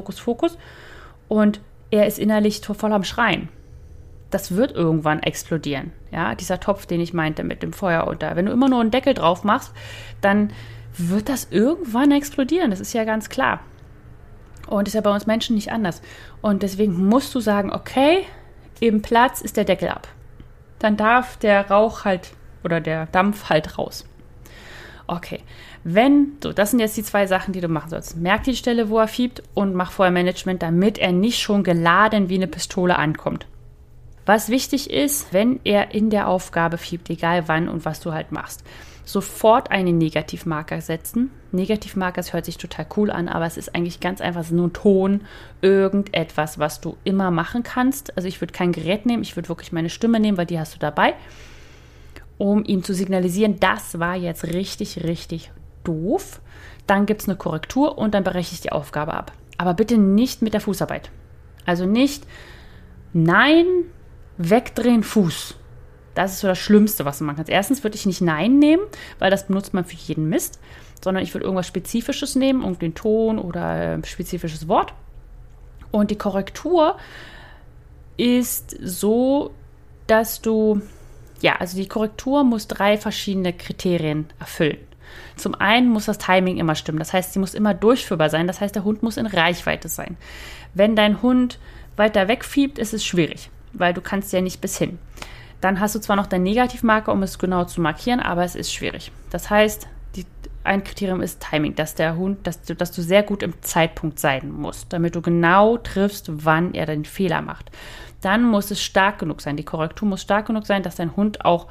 Und er ist innerlich voll am Schreien. Das wird irgendwann explodieren. Ja, dieser Topf, den ich meinte mit dem Feuer unter. Wenn du immer nur einen Deckel drauf machst, dann wird das irgendwann explodieren. Das ist ja ganz klar. Und ist ja bei uns Menschen nicht anders. Und deswegen musst du sagen, okay, im Platz ist der Deckel ab. Dann darf der Rauch halt oder der Dampf halt raus. Okay, das sind jetzt die 2 Sachen, die du machen sollst. Merk die Stelle, wo er fiebt und mach vorher Management, damit er nicht schon geladen wie eine Pistole ankommt. Was wichtig ist, wenn er in der Aufgabe fiebt, egal wann und was du halt machst, sofort einen Negativmarker setzen. Negativmarker, das hört sich total cool an, aber es ist eigentlich ganz einfach, es ist nur ein Ton, irgendetwas, was du immer machen kannst. Also ich würde kein Gerät nehmen, ich würde wirklich meine Stimme nehmen, weil die hast du dabei, um ihm zu signalisieren, das war jetzt richtig, richtig doof. Dann gibt es eine Korrektur und dann breche ich die Aufgabe ab. Aber bitte nicht mit der Fußarbeit. Also nicht, nein, wegdrehen, Fuß. Das ist so das Schlimmste, was du machen kannst. Erstens würde ich nicht Nein nehmen, weil das benutzt man für jeden Mist, sondern ich würde irgendwas Spezifisches nehmen, irgendeinen Ton oder ein spezifisches Wort. Und die Korrektur ist so, dass also die Korrektur muss 3 verschiedene Kriterien erfüllen. Zum einen muss das Timing immer stimmen, das heißt, sie muss immer durchführbar sein, das heißt, der Hund muss in Reichweite sein. Wenn dein Hund weiter wegfiebt, ist es schwierig, weil du kannst ja nicht bis hin. Dann hast du zwar noch deinen Negativmarker, um es genau zu markieren, aber es ist schwierig. Das heißt, ein Kriterium ist Timing, dass du sehr gut im Zeitpunkt sein musst, damit du genau triffst, wann er den Fehler macht. Dann muss es stark genug sein. Die Korrektur muss stark genug sein, dass dein Hund auch,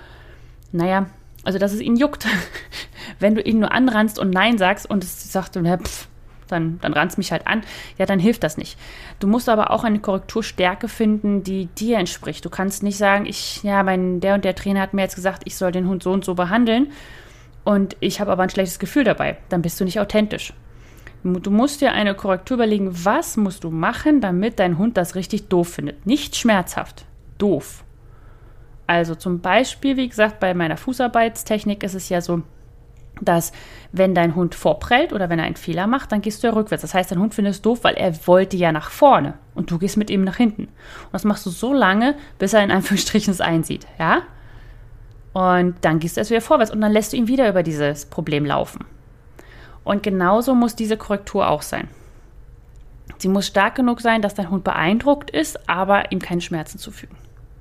dass es ihn juckt. Wenn du ihn nur anrannst und Nein sagst und es sagt, dann rannst mich halt an, ja, dann hilft das nicht. Du musst aber auch eine Korrekturstärke finden, die dir entspricht. Du kannst nicht sagen, der und der Trainer hat mir jetzt gesagt, ich soll den Hund so und so behandeln und ich habe aber ein schlechtes Gefühl dabei. Dann bist du nicht authentisch. Du musst dir eine Korrektur überlegen, was musst du machen, damit dein Hund das richtig doof findet. Nicht schmerzhaft, doof. Also zum Beispiel, wie gesagt, bei meiner Fußarbeitstechnik ist es ja so, dass wenn dein Hund vorprellt oder wenn er einen Fehler macht, dann gehst du ja rückwärts. Das heißt, dein Hund findet es doof, weil er wollte ja nach vorne und du gehst mit ihm nach hinten. Und das machst du so lange, bis er in Anführungsstrichen es einsieht, ja? Und dann gehst du erst wieder vorwärts und dann lässt du ihn wieder über dieses Problem laufen. Und genauso muss diese Korrektur auch sein. Sie muss stark genug sein, dass dein Hund beeindruckt ist, aber ihm keine Schmerzen zufügen.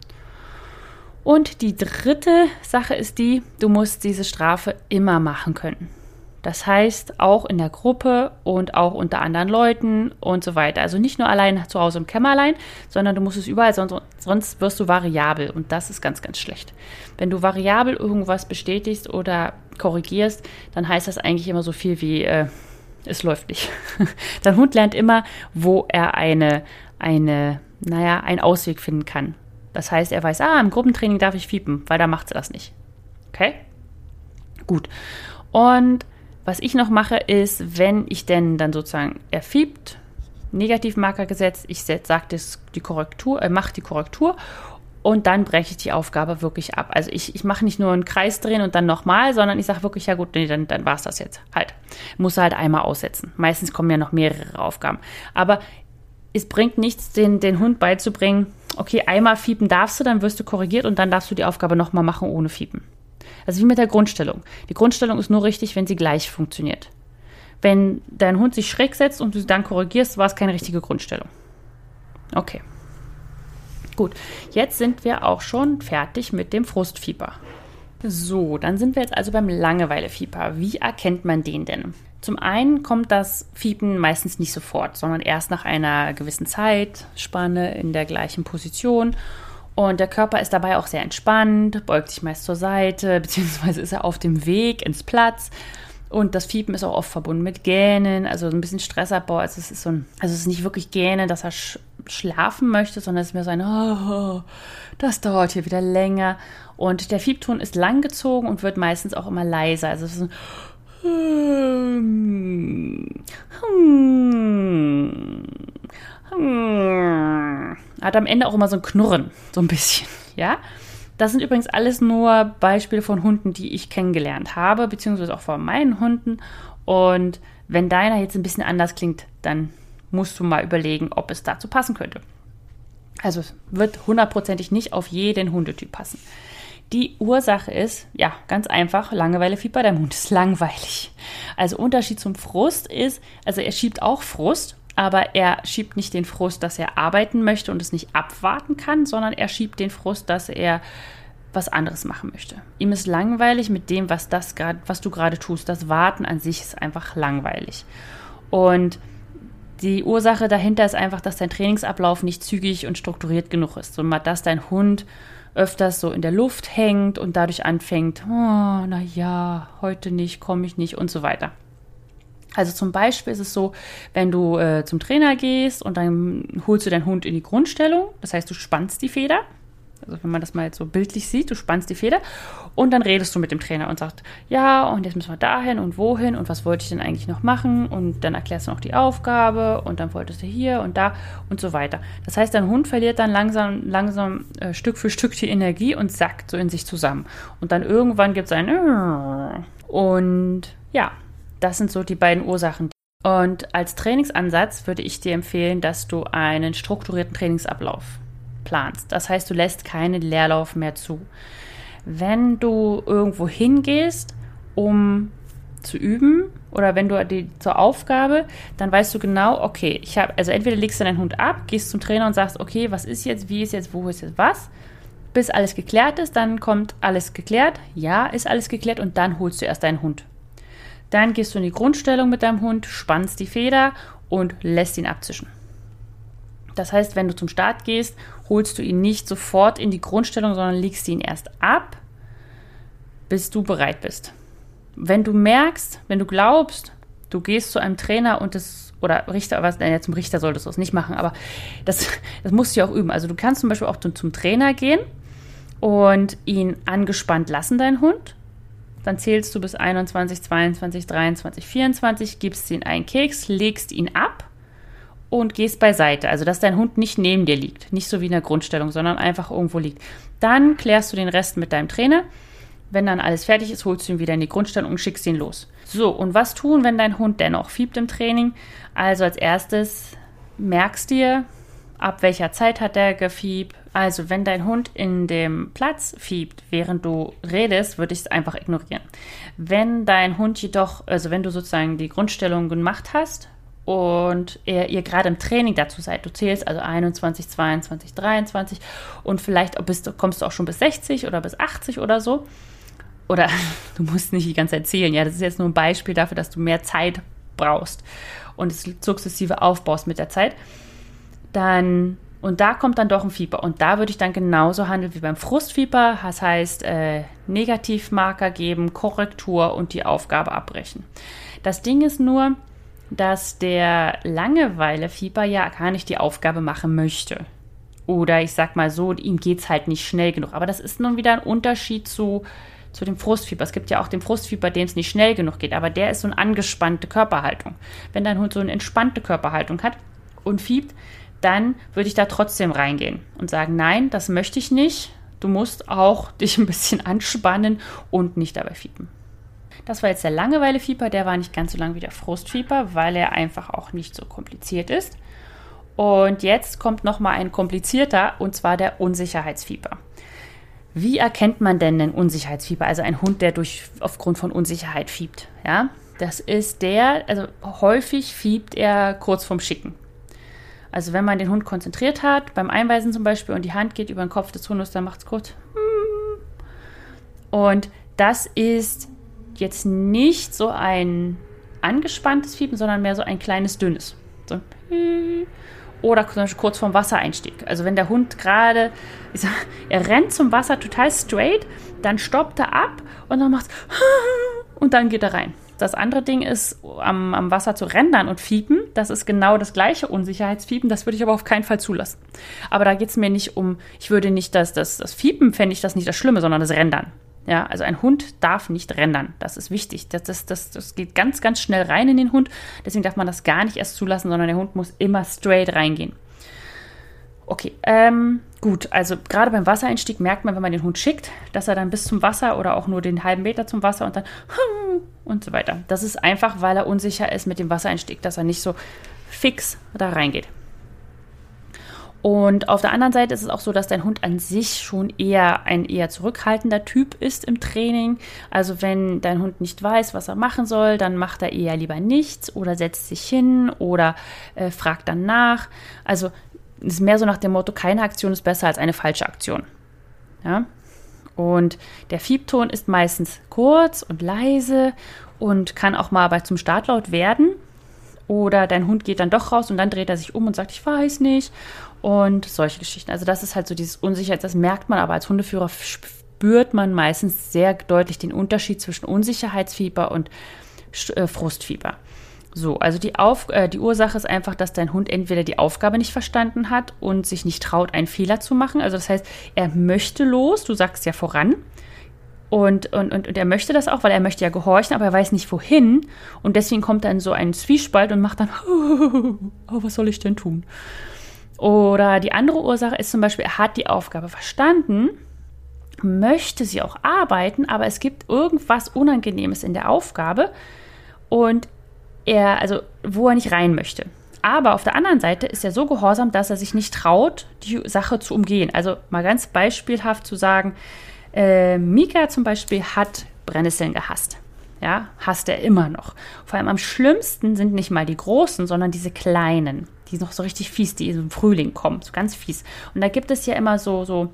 Und die dritte Sache ist die, du musst diese Strafe immer machen können. Das heißt, auch in der Gruppe und auch unter anderen Leuten und so weiter. Also nicht nur allein zu Hause im Kämmerlein, sondern du musst es überall, sonst wirst du variabel und das ist ganz, ganz schlecht. Wenn du variabel irgendwas bestätigst oder korrigierst, dann heißt das eigentlich immer so viel wie, es läuft nicht. Dein Hund lernt immer, wo er einen Ausweg finden kann. Das heißt, er weiß, im Gruppentraining darf ich fiepen, weil da macht sie das nicht. Okay? Gut. Und was ich noch mache, ist, wenn ich denn dann sozusagen, er fiebt, Negativmarker gesetzt, ich mache die Korrektur und dann breche ich die Aufgabe wirklich ab. Also ich mache nicht nur einen Kreis drehen und dann nochmal, sondern ich sage wirklich, ja gut, nee, dann war es das jetzt. Halt. Muss halt einmal aussetzen. Meistens kommen ja noch mehrere Aufgaben. Aber es bringt nichts, den Hund beizubringen, okay, einmal fiepen darfst du, dann wirst du korrigiert und dann darfst du die Aufgabe nochmal machen ohne Fiepen. Also wie mit der Grundstellung. Die Grundstellung ist nur richtig, wenn sie gleich funktioniert. Wenn dein Hund sich schräg setzt und du sie dann korrigierst, war es keine richtige Grundstellung. Okay. Gut, jetzt sind wir auch schon fertig mit dem Frustfieber. So, dann sind wir jetzt also beim Langeweile-Fieber. Wie erkennt man den denn? Zum einen kommt das Fiepen meistens nicht sofort, sondern erst nach einer gewissen Zeitspanne in der gleichen Position. Und der Körper ist dabei auch sehr entspannt, beugt sich meist zur Seite, beziehungsweise ist er auf dem Weg ins Platz. Und das Fiepen ist auch oft verbunden mit Gähnen, also ein bisschen Stressabbau. Also es ist nicht wirklich Gähnen, dass er schlafen möchte, sondern es ist mehr so ein, das dauert hier wieder länger. Und der Fiebton ist langgezogen und wird meistens auch immer leiser. Also es ist hat am Ende auch immer so ein Knurren, so ein bisschen, ja. Das sind übrigens alles nur Beispiele von Hunden, die ich kennengelernt habe, beziehungsweise auch von meinen Hunden. Und wenn deiner jetzt ein bisschen anders klingt, dann musst du mal überlegen, ob es dazu passen könnte. Also es wird hundertprozentig nicht auf jeden Hundetyp passen. Die Ursache ist, ja, ganz einfach, Langeweile-Fieber, der Hund ist langweilig. Also Unterschied zum Frust ist, also er schiebt auch Frust, aber er schiebt nicht den Frust, dass er arbeiten möchte und es nicht abwarten kann, sondern er schiebt den Frust, dass er was anderes machen möchte. Ihm ist langweilig mit dem, was du gerade tust. Das Warten an sich ist einfach langweilig. Und die Ursache dahinter ist einfach, dass dein Trainingsablauf nicht zügig und strukturiert genug ist, sondern dass dein Hund öfters so in der Luft hängt und dadurch anfängt, heute nicht, komme ich nicht und so weiter. Also zum Beispiel ist es so, wenn du zum Trainer gehst und dann holst du deinen Hund in die Grundstellung, das heißt, du spannst die Feder, also wenn man das mal jetzt so bildlich sieht, du spannst die Feder und dann redest du mit dem Trainer und sagst, ja, und jetzt müssen wir dahin und wohin und was wollte ich denn eigentlich noch machen und dann erklärst du noch die Aufgabe und dann wolltest du hier und da und so weiter. Das heißt, dein Hund verliert dann langsam Stück für Stück die Energie und sackt so in sich zusammen und dann irgendwann gibt es ein und ja, das sind so die beiden Ursachen. Und als Trainingsansatz würde ich dir empfehlen, dass du einen strukturierten Trainingsablauf planst. Das heißt, du lässt keinen Leerlauf mehr zu. Wenn du irgendwo hingehst, um zu üben oder wenn du zur Aufgabe, dann weißt du genau, okay, also entweder legst du deinen Hund ab, gehst zum Trainer und sagst, okay, was ist jetzt, wie ist jetzt, wo ist jetzt was? Bis alles geklärt ist, dann kommt alles geklärt. Ja, ist alles geklärt und dann holst du erst deinen Hund. Dann gehst du in die Grundstellung mit deinem Hund, spannst die Feder und lässt ihn abzischen. Das heißt, wenn du zum Start gehst, holst du ihn nicht sofort in die Grundstellung, sondern legst ihn erst ab, bis du bereit bist. Wenn du glaubst, du gehst zu einem Trainer oder Richter, zum Richter solltest du es nicht machen, aber das musst du ja auch üben. Also du kannst zum Beispiel auch zum Trainer gehen und ihn angespannt lassen, deinen Hund. dann zählst du bis 21, 22, 23, 24, gibst ihm einen Keks, legst ihn ab und gehst beiseite. Also, dass dein Hund nicht neben dir liegt. Nicht so wie in der Grundstellung, sondern einfach irgendwo liegt. Dann klärst du den Rest mit deinem Trainer. Wenn dann alles fertig ist, holst du ihn wieder in die Grundstellung und schickst ihn los. So, und was tun, wenn dein Hund dennoch fiebt im Training? Also als erstes merkst dir, ab welcher Zeit hat er gefiebt. Also wenn dein Hund in dem Platz fiebt, während du redest, würde ich es einfach ignorieren. Wenn dein Hund jedoch, also wenn du sozusagen die Grundstellung gemacht hast und ihr gerade im Training dazu seid, du zählst also 21, 22, 23 und vielleicht kommst du auch schon bis 60 oder bis 80 oder so. Oder du musst nicht die ganze Zeit zählen. Ja, das ist jetzt nur ein Beispiel dafür, dass du mehr Zeit brauchst und es sukzessive aufbaust mit der Zeit. Und da kommt dann doch ein Fieber. Und da würde ich dann genauso handeln wie beim Frustfieber. Das heißt, Negativmarker geben, Korrektur und die Aufgabe abbrechen. Das Ding ist nur, dass der Langeweile-Fieber ja gar nicht die Aufgabe machen möchte. Oder ich sag mal so, ihm geht es halt nicht schnell genug. Aber das ist nun wieder ein Unterschied zu dem Frustfieber. Es gibt ja auch den Frustfieber, dem es nicht schnell genug geht. Aber der ist so eine angespannte Körperhaltung. Wenn dein Hund so eine entspannte Körperhaltung hat und fiebt, dann würde ich da trotzdem reingehen und sagen, nein, das möchte ich nicht. Du musst auch dich ein bisschen anspannen und nicht dabei fiepen. Das war jetzt der Langeweile-Fieber, der war nicht ganz so lang wie der Frustfieber, weil er einfach auch nicht so kompliziert ist. Und jetzt kommt nochmal ein komplizierter, und zwar der Unsicherheitsfieber. Wie erkennt man denn einen Unsicherheitsfieber? Also ein Hund, der aufgrund von Unsicherheit fiebt. Ja? Das ist also häufig fiebt er kurz vorm Schicken. Also wenn man den Hund konzentriert hat, beim Einweisen zum Beispiel, und die Hand geht über den Kopf des Hundes, dann macht es kurz. Und das ist jetzt nicht so ein angespanntes Fiepen, sondern mehr so ein kleines, dünnes. So. Oder zum Beispiel kurz vorm Wassereinstieg. Also wenn der Hund gerade, er rennt zum Wasser total straight, dann stoppt er ab und dann macht es und dann geht er rein. Das andere Ding ist, am Wasser zu rendern und fiepen. Das ist genau das gleiche Unsicherheitsfiepen. Das würde ich aber auf keinen Fall zulassen. Aber da geht es mir nicht ich würde nicht das Fiepen, fände ich das nicht das Schlimme, sondern das Rendern. Ja, also ein Hund darf nicht rendern. Das ist wichtig. Das geht ganz, ganz schnell rein in den Hund. Deswegen darf man das gar nicht erst zulassen, sondern der Hund muss immer straight reingehen. Okay, gut, also gerade beim Wassereinstieg merkt man, wenn man den Hund schickt, dass er dann bis zum Wasser oder auch nur den halben Meter zum Wasser und dann und so weiter. Das ist einfach, weil er unsicher ist mit dem Wassereinstieg, dass er nicht so fix da reingeht. Und auf der anderen Seite ist es auch so, dass dein Hund an sich schon ein eher zurückhaltender Typ ist im Training. Also wenn dein Hund nicht weiß, was er machen soll, dann macht er eher lieber nichts oder setzt sich hin oder fragt dann nach. Also es ist mehr so nach dem Motto, keine Aktion ist besser als eine falsche Aktion. Ja? Und der Fiebton ist meistens kurz und leise und kann auch mal zum Startlaut werden. Oder dein Hund geht dann doch raus und dann dreht er sich um und sagt, ich weiß nicht. Und solche Geschichten. Also das ist halt so dieses Unsicherheit, das merkt man, aber als Hundeführer spürt man meistens sehr deutlich den Unterschied zwischen Unsicherheitsfieber und Frustfieber. So, also die Ursache ist einfach, dass dein Hund entweder die Aufgabe nicht verstanden hat und sich nicht traut, einen Fehler zu machen. Also das heißt, er möchte los, du sagst ja voran. Und er möchte das auch, weil er möchte ja gehorchen, aber er weiß nicht wohin. Und deswegen kommt dann so ein Zwiespalt und macht dann, oh, was soll ich denn tun? Oder die andere Ursache ist zum Beispiel, er hat die Aufgabe verstanden, möchte sie auch arbeiten, aber es gibt irgendwas Unangenehmes in der Aufgabe und wo er nicht rein möchte. Aber auf der anderen Seite ist er so gehorsam, dass er sich nicht traut, die Sache zu umgehen. Also mal ganz beispielhaft zu sagen, Mika zum Beispiel hat Brennnesseln gehasst. Ja, hasst er immer noch. Vor allem am schlimmsten sind nicht mal die großen, sondern diese kleinen, die noch so richtig fies, die im Frühling kommen, so ganz fies. Und da gibt es ja immer so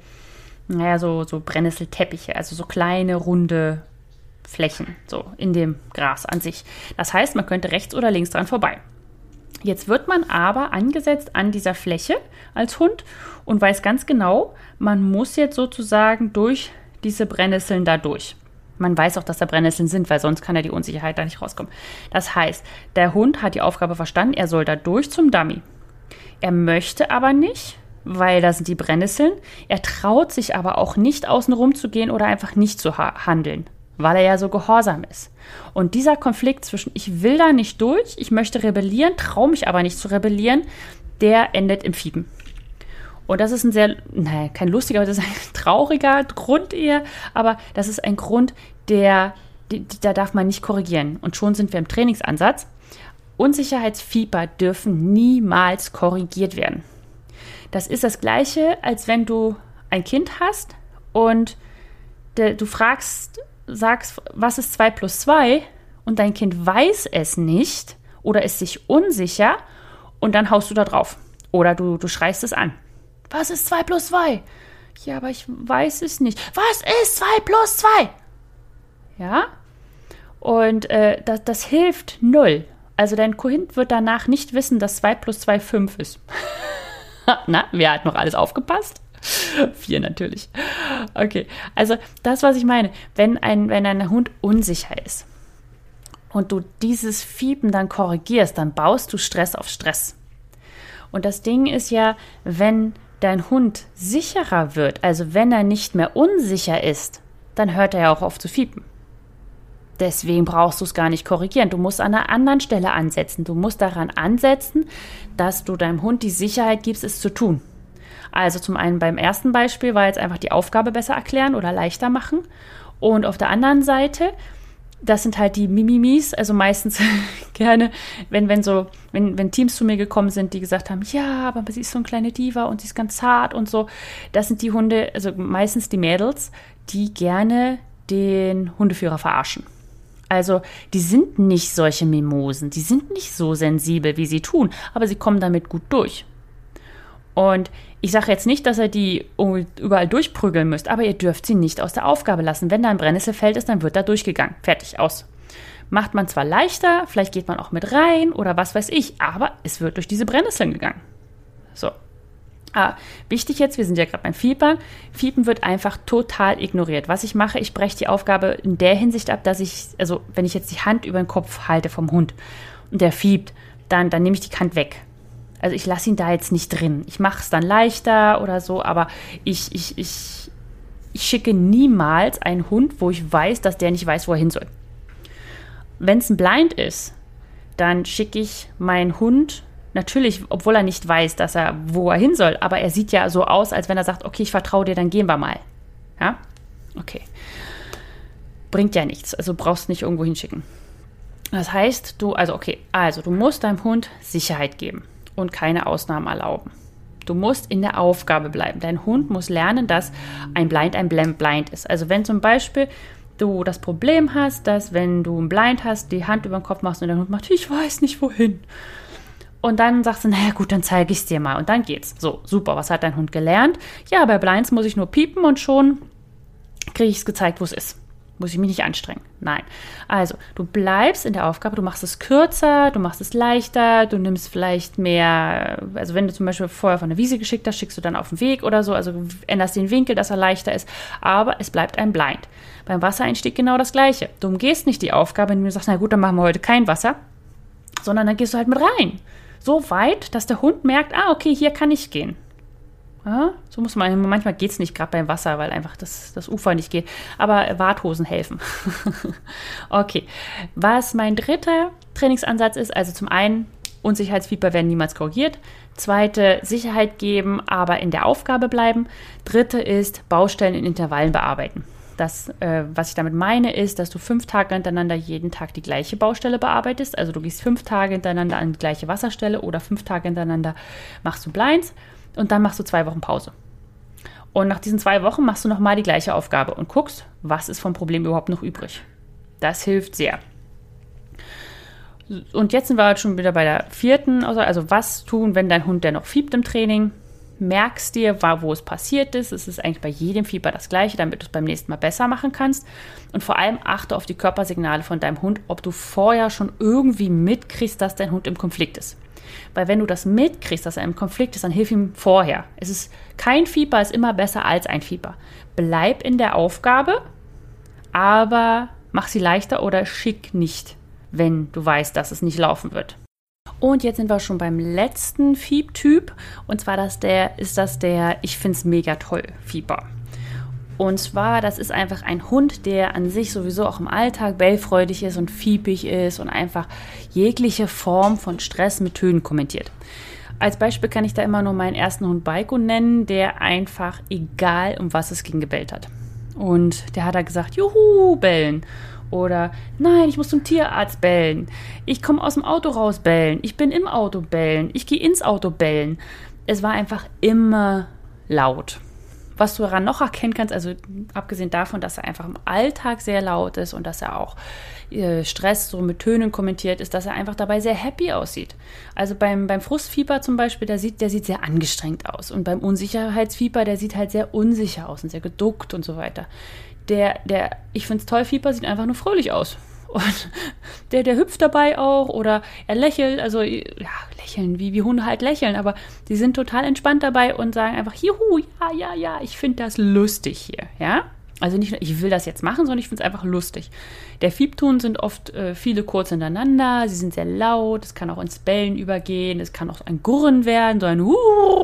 Brennnesselteppiche, also so kleine, runde Flächen, so in dem Gras an sich. Das heißt, man könnte rechts oder links dran vorbei. Jetzt wird man aber angesetzt an dieser Fläche als Hund und weiß ganz genau, man muss jetzt sozusagen durch diese Brennnesseln da durch. Man weiß auch, dass da Brennnesseln sind, weil sonst kann ja die Unsicherheit da nicht rauskommen. Das heißt, der Hund hat die Aufgabe verstanden, er soll da durch zum Dummy. Er möchte aber nicht, weil da sind die Brennnesseln. Er traut sich aber auch nicht, außen rum zu gehen oder einfach nicht zu handeln. weil er ja so gehorsam ist. Und dieser Konflikt zwischen ich will da nicht durch, ich möchte rebellieren, traue mich aber nicht zu rebellieren, der endet im Fiepen. Und das ist ein sehr, kein lustiger, aber das ist ein trauriger Grund eher, aber das ist ein Grund, da darf man nicht korrigieren. Und schon sind wir im Trainingsansatz. Unsicherheitsfieber dürfen niemals korrigiert werden. Das ist das Gleiche, als wenn du ein Kind hast und du sagst, was ist 2 plus 2? Und dein Kind weiß es nicht oder ist sich unsicher und dann haust du da drauf. Oder du schreist es an. Was ist 2 plus 2? Ja, aber ich weiß es nicht. Was ist 2 plus 2? Ja? Und das hilft null. Also dein Kind wird danach nicht wissen, dass 2 plus 2 5 ist. Na, wer hat noch alles aufgepasst? 4 natürlich. Okay, also das, was ich meine, wenn ein Hund unsicher ist und du dieses Fiepen dann korrigierst, dann baust du Stress auf Stress. Und das Ding ist ja, wenn dein Hund sicherer wird, also wenn er nicht mehr unsicher ist, dann hört er ja auch auf zu fiepen. Deswegen brauchst du es gar nicht korrigieren. Du musst an einer anderen Stelle ansetzen. Du musst daran ansetzen, dass du deinem Hund die Sicherheit gibst, es zu tun. Also zum einen beim ersten Beispiel war jetzt einfach die Aufgabe besser erklären oder leichter machen. Und auf der anderen Seite, das sind halt die Mimimis, also meistens gerne, wenn Teams zu mir gekommen sind, die gesagt haben, ja, aber sie ist so eine kleine Diva und sie ist ganz zart und so. Das sind die Hunde, also meistens die Mädels, die gerne den Hundeführer verarschen. Also die sind nicht solche Mimosen, die sind nicht so sensibel, wie sie tun, aber sie kommen damit gut durch. Und ich sage jetzt nicht, dass ihr die überall durchprügeln müsst, aber ihr dürft sie nicht aus der Aufgabe lassen. Wenn da ein Brennnesselfeld ist, dann wird da durchgegangen. Fertig, aus. Macht man zwar leichter, vielleicht geht man auch mit rein oder was weiß ich, aber es wird durch diese Brennnesseln gegangen. So. Wichtig jetzt, wir sind ja gerade beim Fiepen. Fiepen wird einfach total ignoriert. Was ich mache, ich breche die Aufgabe in der Hinsicht ab, dass wenn ich jetzt die Hand über den Kopf halte vom Hund und der fiebt, dann nehme ich die Hand weg. Also ich lasse ihn da jetzt nicht drin. Ich mache es dann leichter oder so, aber ich schicke niemals einen Hund, wo ich weiß, dass der nicht weiß, wo er hin soll. Wenn es ein Blind ist, dann schicke ich meinen Hund natürlich, obwohl er nicht weiß, wo er hin soll, aber er sieht ja so aus, als wenn er sagt, okay, ich vertraue dir, dann gehen wir mal. Ja? Okay. Bringt ja nichts, also brauchst nicht irgendwo hinschicken. Das heißt, du musst deinem Hund Sicherheit geben und keine Ausnahmen erlauben. Du musst in der Aufgabe bleiben. Dein Hund muss lernen, dass ein Blind ist. Also wenn zum Beispiel du das Problem hast, dass wenn du ein Blind hast, die Hand über den Kopf machst und der Hund macht, ich weiß nicht wohin. Und dann sagst du, naja gut, dann zeige ich es dir mal. Und dann geht's. So, super, was hat dein Hund gelernt? Ja, bei Blinds muss ich nur piepen und schon kriege ich es gezeigt, wo es ist. Muss ich mich nicht anstrengen. Nein. Also, du bleibst in der Aufgabe, du machst es kürzer, du machst es leichter, du nimmst vielleicht mehr, also wenn du zum Beispiel vorher von der Wiese geschickt hast, schickst du dann auf den Weg oder so, also änderst den Winkel, dass er leichter ist, aber es bleibt ein Blind. Beim Wassereinstieg genau das Gleiche. Du umgehst nicht die Aufgabe, indem du sagst, na gut, dann machen wir heute kein Wasser, sondern dann gehst du halt mit rein. So weit, dass der Hund merkt, okay, hier kann ich gehen. Ja, so muss man, manchmal geht es nicht, gerade beim Wasser, weil einfach das Ufer nicht geht. Aber Warthosen helfen. Okay, was mein dritter Trainingsansatz ist, also zum einen, Unsicherheitsfieber werden niemals korrigiert. Zweite, Sicherheit geben, aber in der Aufgabe bleiben. Dritte ist, Baustellen in Intervallen bearbeiten. Das, was ich damit meine, ist, dass du 5 Tage hintereinander jeden Tag die gleiche Baustelle bearbeitest. Also du gehst 5 Tage hintereinander an die gleiche Wasserstelle oder 5 Tage hintereinander machst du Blinds. Und dann machst du 2 Wochen Pause. Und nach diesen 2 Wochen machst du nochmal die gleiche Aufgabe und guckst, was ist vom Problem überhaupt noch übrig. Das hilft sehr. Und jetzt sind wir halt schon wieder bei der 4. Also was tun, wenn dein Hund, der noch fiebt im Training, merkst dir, wo es passiert ist. Es ist eigentlich bei jedem Fieber das Gleiche, damit du es beim nächsten Mal besser machen kannst. Und vor allem achte auf die Körpersignale von deinem Hund, ob du vorher schon irgendwie mitkriegst, dass dein Hund im Konflikt ist. Weil wenn du das mitkriegst, dass er im Konflikt ist, dann hilf ihm vorher. Kein Fieber ist immer besser als ein Fieber. Bleib in der Aufgabe, aber mach sie leichter oder schick nicht, wenn du weißt, dass es nicht laufen wird. Und jetzt sind wir schon beim letzten Fiebtyp. Und zwar ist das der Ich find's mega toll Fieber. Und zwar, das ist einfach ein Hund, der an sich sowieso auch im Alltag bellfreudig ist und fiepig ist und einfach jegliche Form von Stress mit Tönen kommentiert. Als Beispiel kann ich da immer nur meinen ersten Hund Baiko nennen, der einfach, egal um was es ging, gebellt hat. Und der hat da gesagt, juhu, bellen. Oder, nein, ich muss zum Tierarzt bellen. Ich komme aus dem Auto raus bellen. Ich bin im Auto bellen. Ich gehe ins Auto bellen. Es war einfach immer laut. Was du daran noch erkennen kannst, also abgesehen davon, dass er einfach im Alltag sehr laut ist und dass er auch Stress so mit Tönen kommentiert, ist, dass er einfach dabei sehr happy aussieht. Also beim Frustfieber zum Beispiel, der sieht sehr angestrengt aus. Und beim Unsicherheitsfieber, der sieht halt sehr unsicher aus und sehr geduckt und so weiter. Ich finde es toll, Fieber sieht einfach nur fröhlich aus. Und der hüpft dabei auch oder er lächelt, also ja, lächeln, wie Hunde halt lächeln, aber die sind total entspannt dabei und sagen einfach, juhu, ja, ich finde das lustig hier, ja. Also nicht nur, ich will das jetzt machen, sondern ich finde es einfach lustig. Der Fiebton sind oft viele kurz hintereinander, sie sind sehr laut, es kann auch ins Bellen übergehen, es kann auch ein Gurren werden, so ein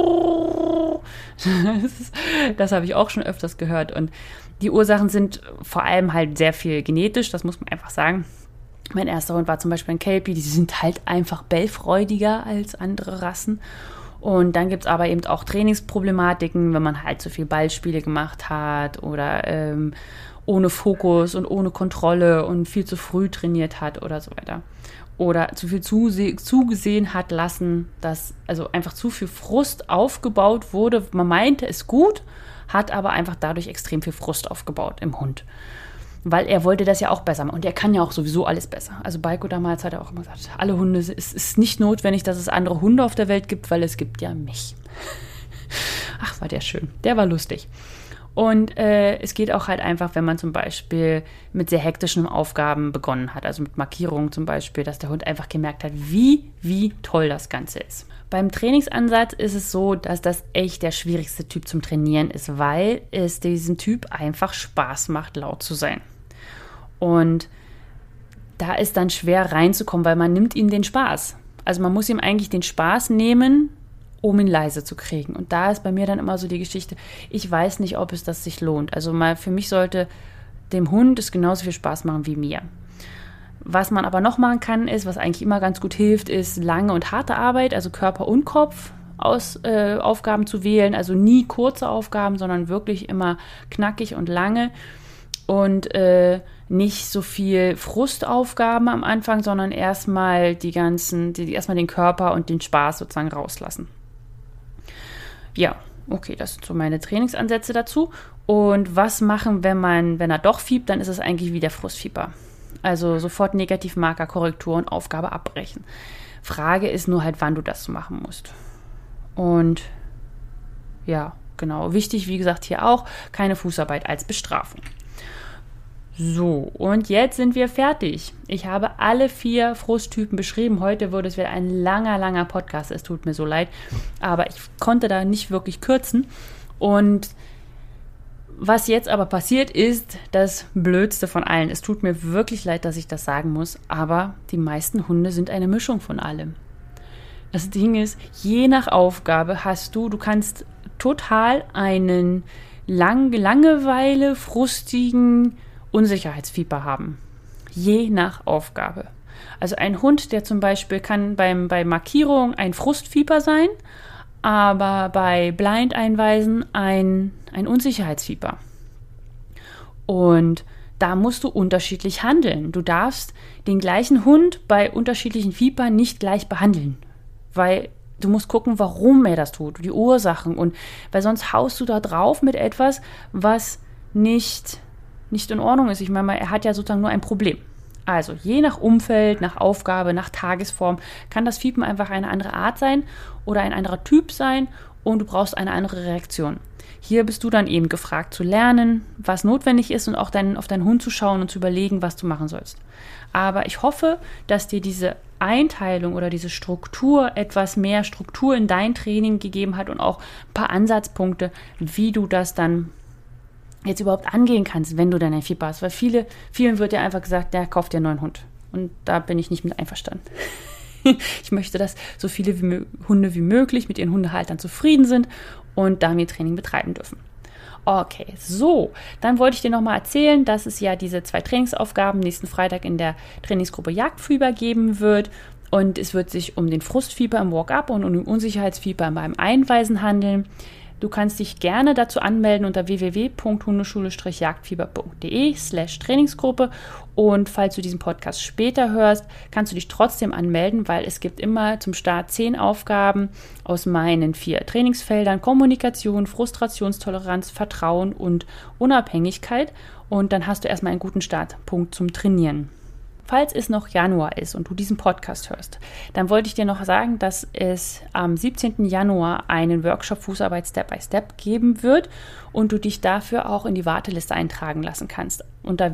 das habe ich auch schon öfters gehört und die Ursachen sind vor allem halt sehr viel genetisch, das muss man einfach sagen. Mein erster Hund war zum Beispiel ein Kelpie, die sind halt einfach bellfreudiger als andere Rassen. Und dann gibt es aber eben auch Trainingsproblematiken, wenn man halt zu viel Ballspiele gemacht hat oder ohne Fokus und ohne Kontrolle und viel zu früh trainiert hat oder so weiter. Oder zu viel zugesehen hat lassen, dass also einfach zu viel Frust aufgebaut wurde. Man meinte es gut, hat aber einfach dadurch extrem viel Frust aufgebaut im Hund. Weil er wollte das ja auch besser machen. Und er kann ja auch sowieso alles besser. Also Baiko damals hat er auch immer gesagt, alle Hunde, es ist nicht notwendig, dass es andere Hunde auf der Welt gibt, weil es gibt ja mich. Ach, war der schön. Der war lustig. Und es geht auch halt einfach, wenn man zum Beispiel mit sehr hektischen Aufgaben begonnen hat, also mit Markierungen zum Beispiel, dass der Hund einfach gemerkt hat, wie toll das Ganze ist. Beim Trainingsansatz ist es so, dass das echt der schwierigste Typ zum Trainieren ist, weil es diesem Typ einfach Spaß macht, laut zu sein. Und da ist dann schwer reinzukommen, weil man nimmt ihm den Spaß. Also man muss ihm eigentlich den Spaß nehmen, um ihn leise zu kriegen. Und da ist bei mir dann immer so die Geschichte, ich weiß nicht, ob es das sich lohnt. Also mal für mich sollte dem Hund es genauso viel Spaß machen wie mir. Was man aber noch machen kann, ist, was eigentlich immer ganz gut hilft, ist lange und harte Arbeit, also Körper und Kopf aus Aufgaben zu wählen. Also nie kurze Aufgaben, sondern wirklich immer knackig und lange. Und nicht so viel Frustaufgaben am Anfang, sondern erstmal erstmal den Körper und den Spaß sozusagen rauslassen. Ja, okay, das sind so meine Trainingsansätze dazu. Und was machen, wenn er doch fiebt, dann ist es eigentlich wie der Frustfieber. Also sofort Negativmarker, Korrektur und Aufgabe abbrechen. Frage ist nur halt, wann du das so machen musst. Und ja, genau. Wichtig, wie gesagt, hier auch, keine Fußarbeit als Bestrafung. So, und jetzt sind wir fertig. Ich habe alle 4 Frusttypen beschrieben. Heute wurde es wieder ein langer Podcast. Es tut mir so leid, aber ich konnte da nicht wirklich kürzen. Und was jetzt aber passiert, ist das Blödste von allen. Es tut mir wirklich leid, dass ich das sagen muss, aber die meisten Hunde sind eine Mischung von allem. Das Ding ist, je nach Aufgabe du kannst total einen Langeweile, frustigen Unsicherheitsfieber haben. Je nach Aufgabe. Also ein Hund, der zum Beispiel kann bei Markierung ein Frustfieber sein, aber bei Blind-Einweisen ein Unsicherheitsfieber. Und da musst du unterschiedlich handeln. Du darfst den gleichen Hund bei unterschiedlichen Fiebern nicht gleich behandeln, weil du musst gucken, warum er das tut, die Ursachen. Und weil sonst haust du da drauf mit etwas, was nicht in Ordnung ist. Ich meine, er hat ja sozusagen nur ein Problem. Also je nach Umfeld, nach Aufgabe, nach Tagesform kann das Fiepen einfach eine andere Art sein oder ein anderer Typ sein und du brauchst eine andere Reaktion. Hier bist du dann eben gefragt zu lernen, was notwendig ist und auch auf deinen Hund zu schauen und zu überlegen, was du machen sollst. Aber ich hoffe, dass dir diese Einteilung oder diese Struktur etwas mehr Struktur in dein Training gegeben hat und auch ein paar Ansatzpunkte, wie du das dann jetzt überhaupt angehen kannst, wenn du dann ein Fieber hast. Weil vielen wird ja einfach gesagt, ja, kauf dir einen neuen Hund. Und da bin ich nicht mit einverstanden. Ich möchte, dass so viele Hunde wie möglich mit ihren Hundehaltern zufrieden sind und damit Training betreiben dürfen. Okay, so, dann wollte ich dir nochmal erzählen, dass es ja diese 2 Trainingsaufgaben nächsten Freitag in der Trainingsgruppe Jagdfieber geben wird. Und es wird sich um den Frustfieber im Walk-up und um den Unsicherheitsfieber beim Einweisen handeln. Du kannst dich gerne dazu anmelden unter www.hundeschule-jagdfieber.de/Trainingsgruppe. Und falls du diesen Podcast später hörst, kannst du dich trotzdem anmelden, weil es gibt immer zum Start 10 Aufgaben aus meinen 4 Trainingsfeldern: Kommunikation, Frustrationstoleranz, Vertrauen und Unabhängigkeit. Und dann hast du erstmal einen guten Startpunkt zum Trainieren. Falls es noch Januar ist und du diesen Podcast hörst, dann wollte ich dir noch sagen, dass es am 17. Januar einen Workshop Fußarbeit Step by Step geben wird und du dich dafür auch in die Warteliste eintragen lassen kannst. Unter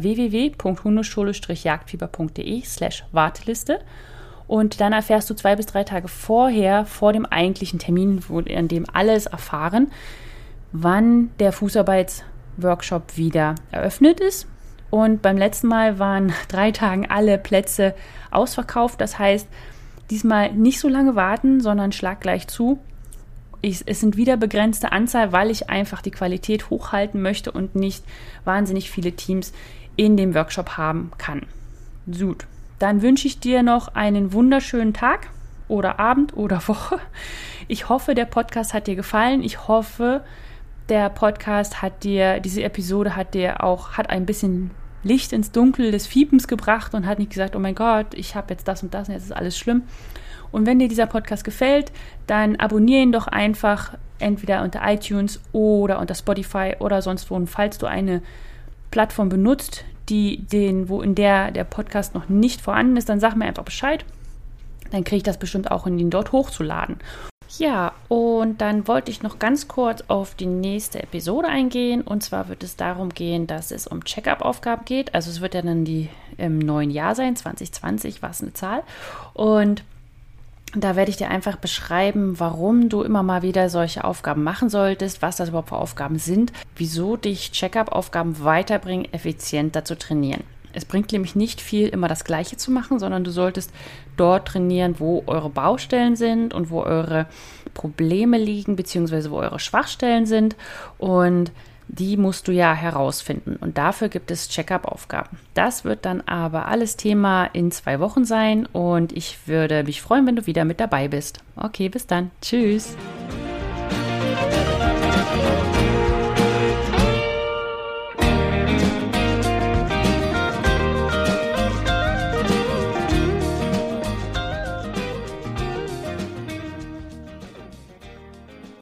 www.hundeschule-jagdfieber.de/Warteliste. Und dann erfährst du 2 bis 3 Tage vor dem eigentlichen Termin, an dem alles erfahren, wann der Fußarbeitsworkshop wieder eröffnet ist. Und beim letzten Mal waren 3 Tagen alle Plätze ausverkauft. Das heißt, diesmal nicht so lange warten, sondern schlag gleich zu. Es sind wieder begrenzte Anzahl, weil ich einfach die Qualität hochhalten möchte und nicht wahnsinnig viele Teams in dem Workshop haben kann. Gut, dann wünsche ich dir noch einen wunderschönen Tag oder Abend oder Woche. Ich hoffe, der Podcast hat dir gefallen. Ich hoffe, der Podcast diese Episode hat ein bisschen Licht ins Dunkel des Fiepens gebracht und hat nicht gesagt, oh mein Gott, ich habe jetzt das und das und jetzt ist alles schlimm. Und wenn dir dieser Podcast gefällt, dann abonniere ihn doch einfach entweder unter iTunes oder unter Spotify oder sonst wo. Und falls du eine Plattform benutzt, in der der Podcast noch nicht vorhanden ist, dann sag mir einfach Bescheid. Dann kriege ich das bestimmt auch ihn dort hochzuladen. Ja, und dann wollte ich noch ganz kurz auf die nächste Episode eingehen. Und zwar wird es darum gehen, dass es um Check-up-Aufgaben geht. Also es wird ja dann die im neuen Jahr sein, 2020, was eine Zahl. Und da werde ich dir einfach beschreiben, warum du immer mal wieder solche Aufgaben machen solltest, was das überhaupt für Aufgaben sind, wieso dich Check-up-Aufgaben weiterbringen, effizienter zu trainieren. Es bringt nämlich nicht viel, immer das Gleiche zu machen, sondern du solltest dort trainieren, wo eure Baustellen sind und wo eure Probleme liegen, beziehungsweise wo eure Schwachstellen sind. Und die musst du ja herausfinden. Und dafür gibt es Check-up-Aufgaben. Das wird dann aber alles Thema in 2 Wochen sein. Und ich würde mich freuen, wenn du wieder mit dabei bist. Okay, bis dann. Tschüss.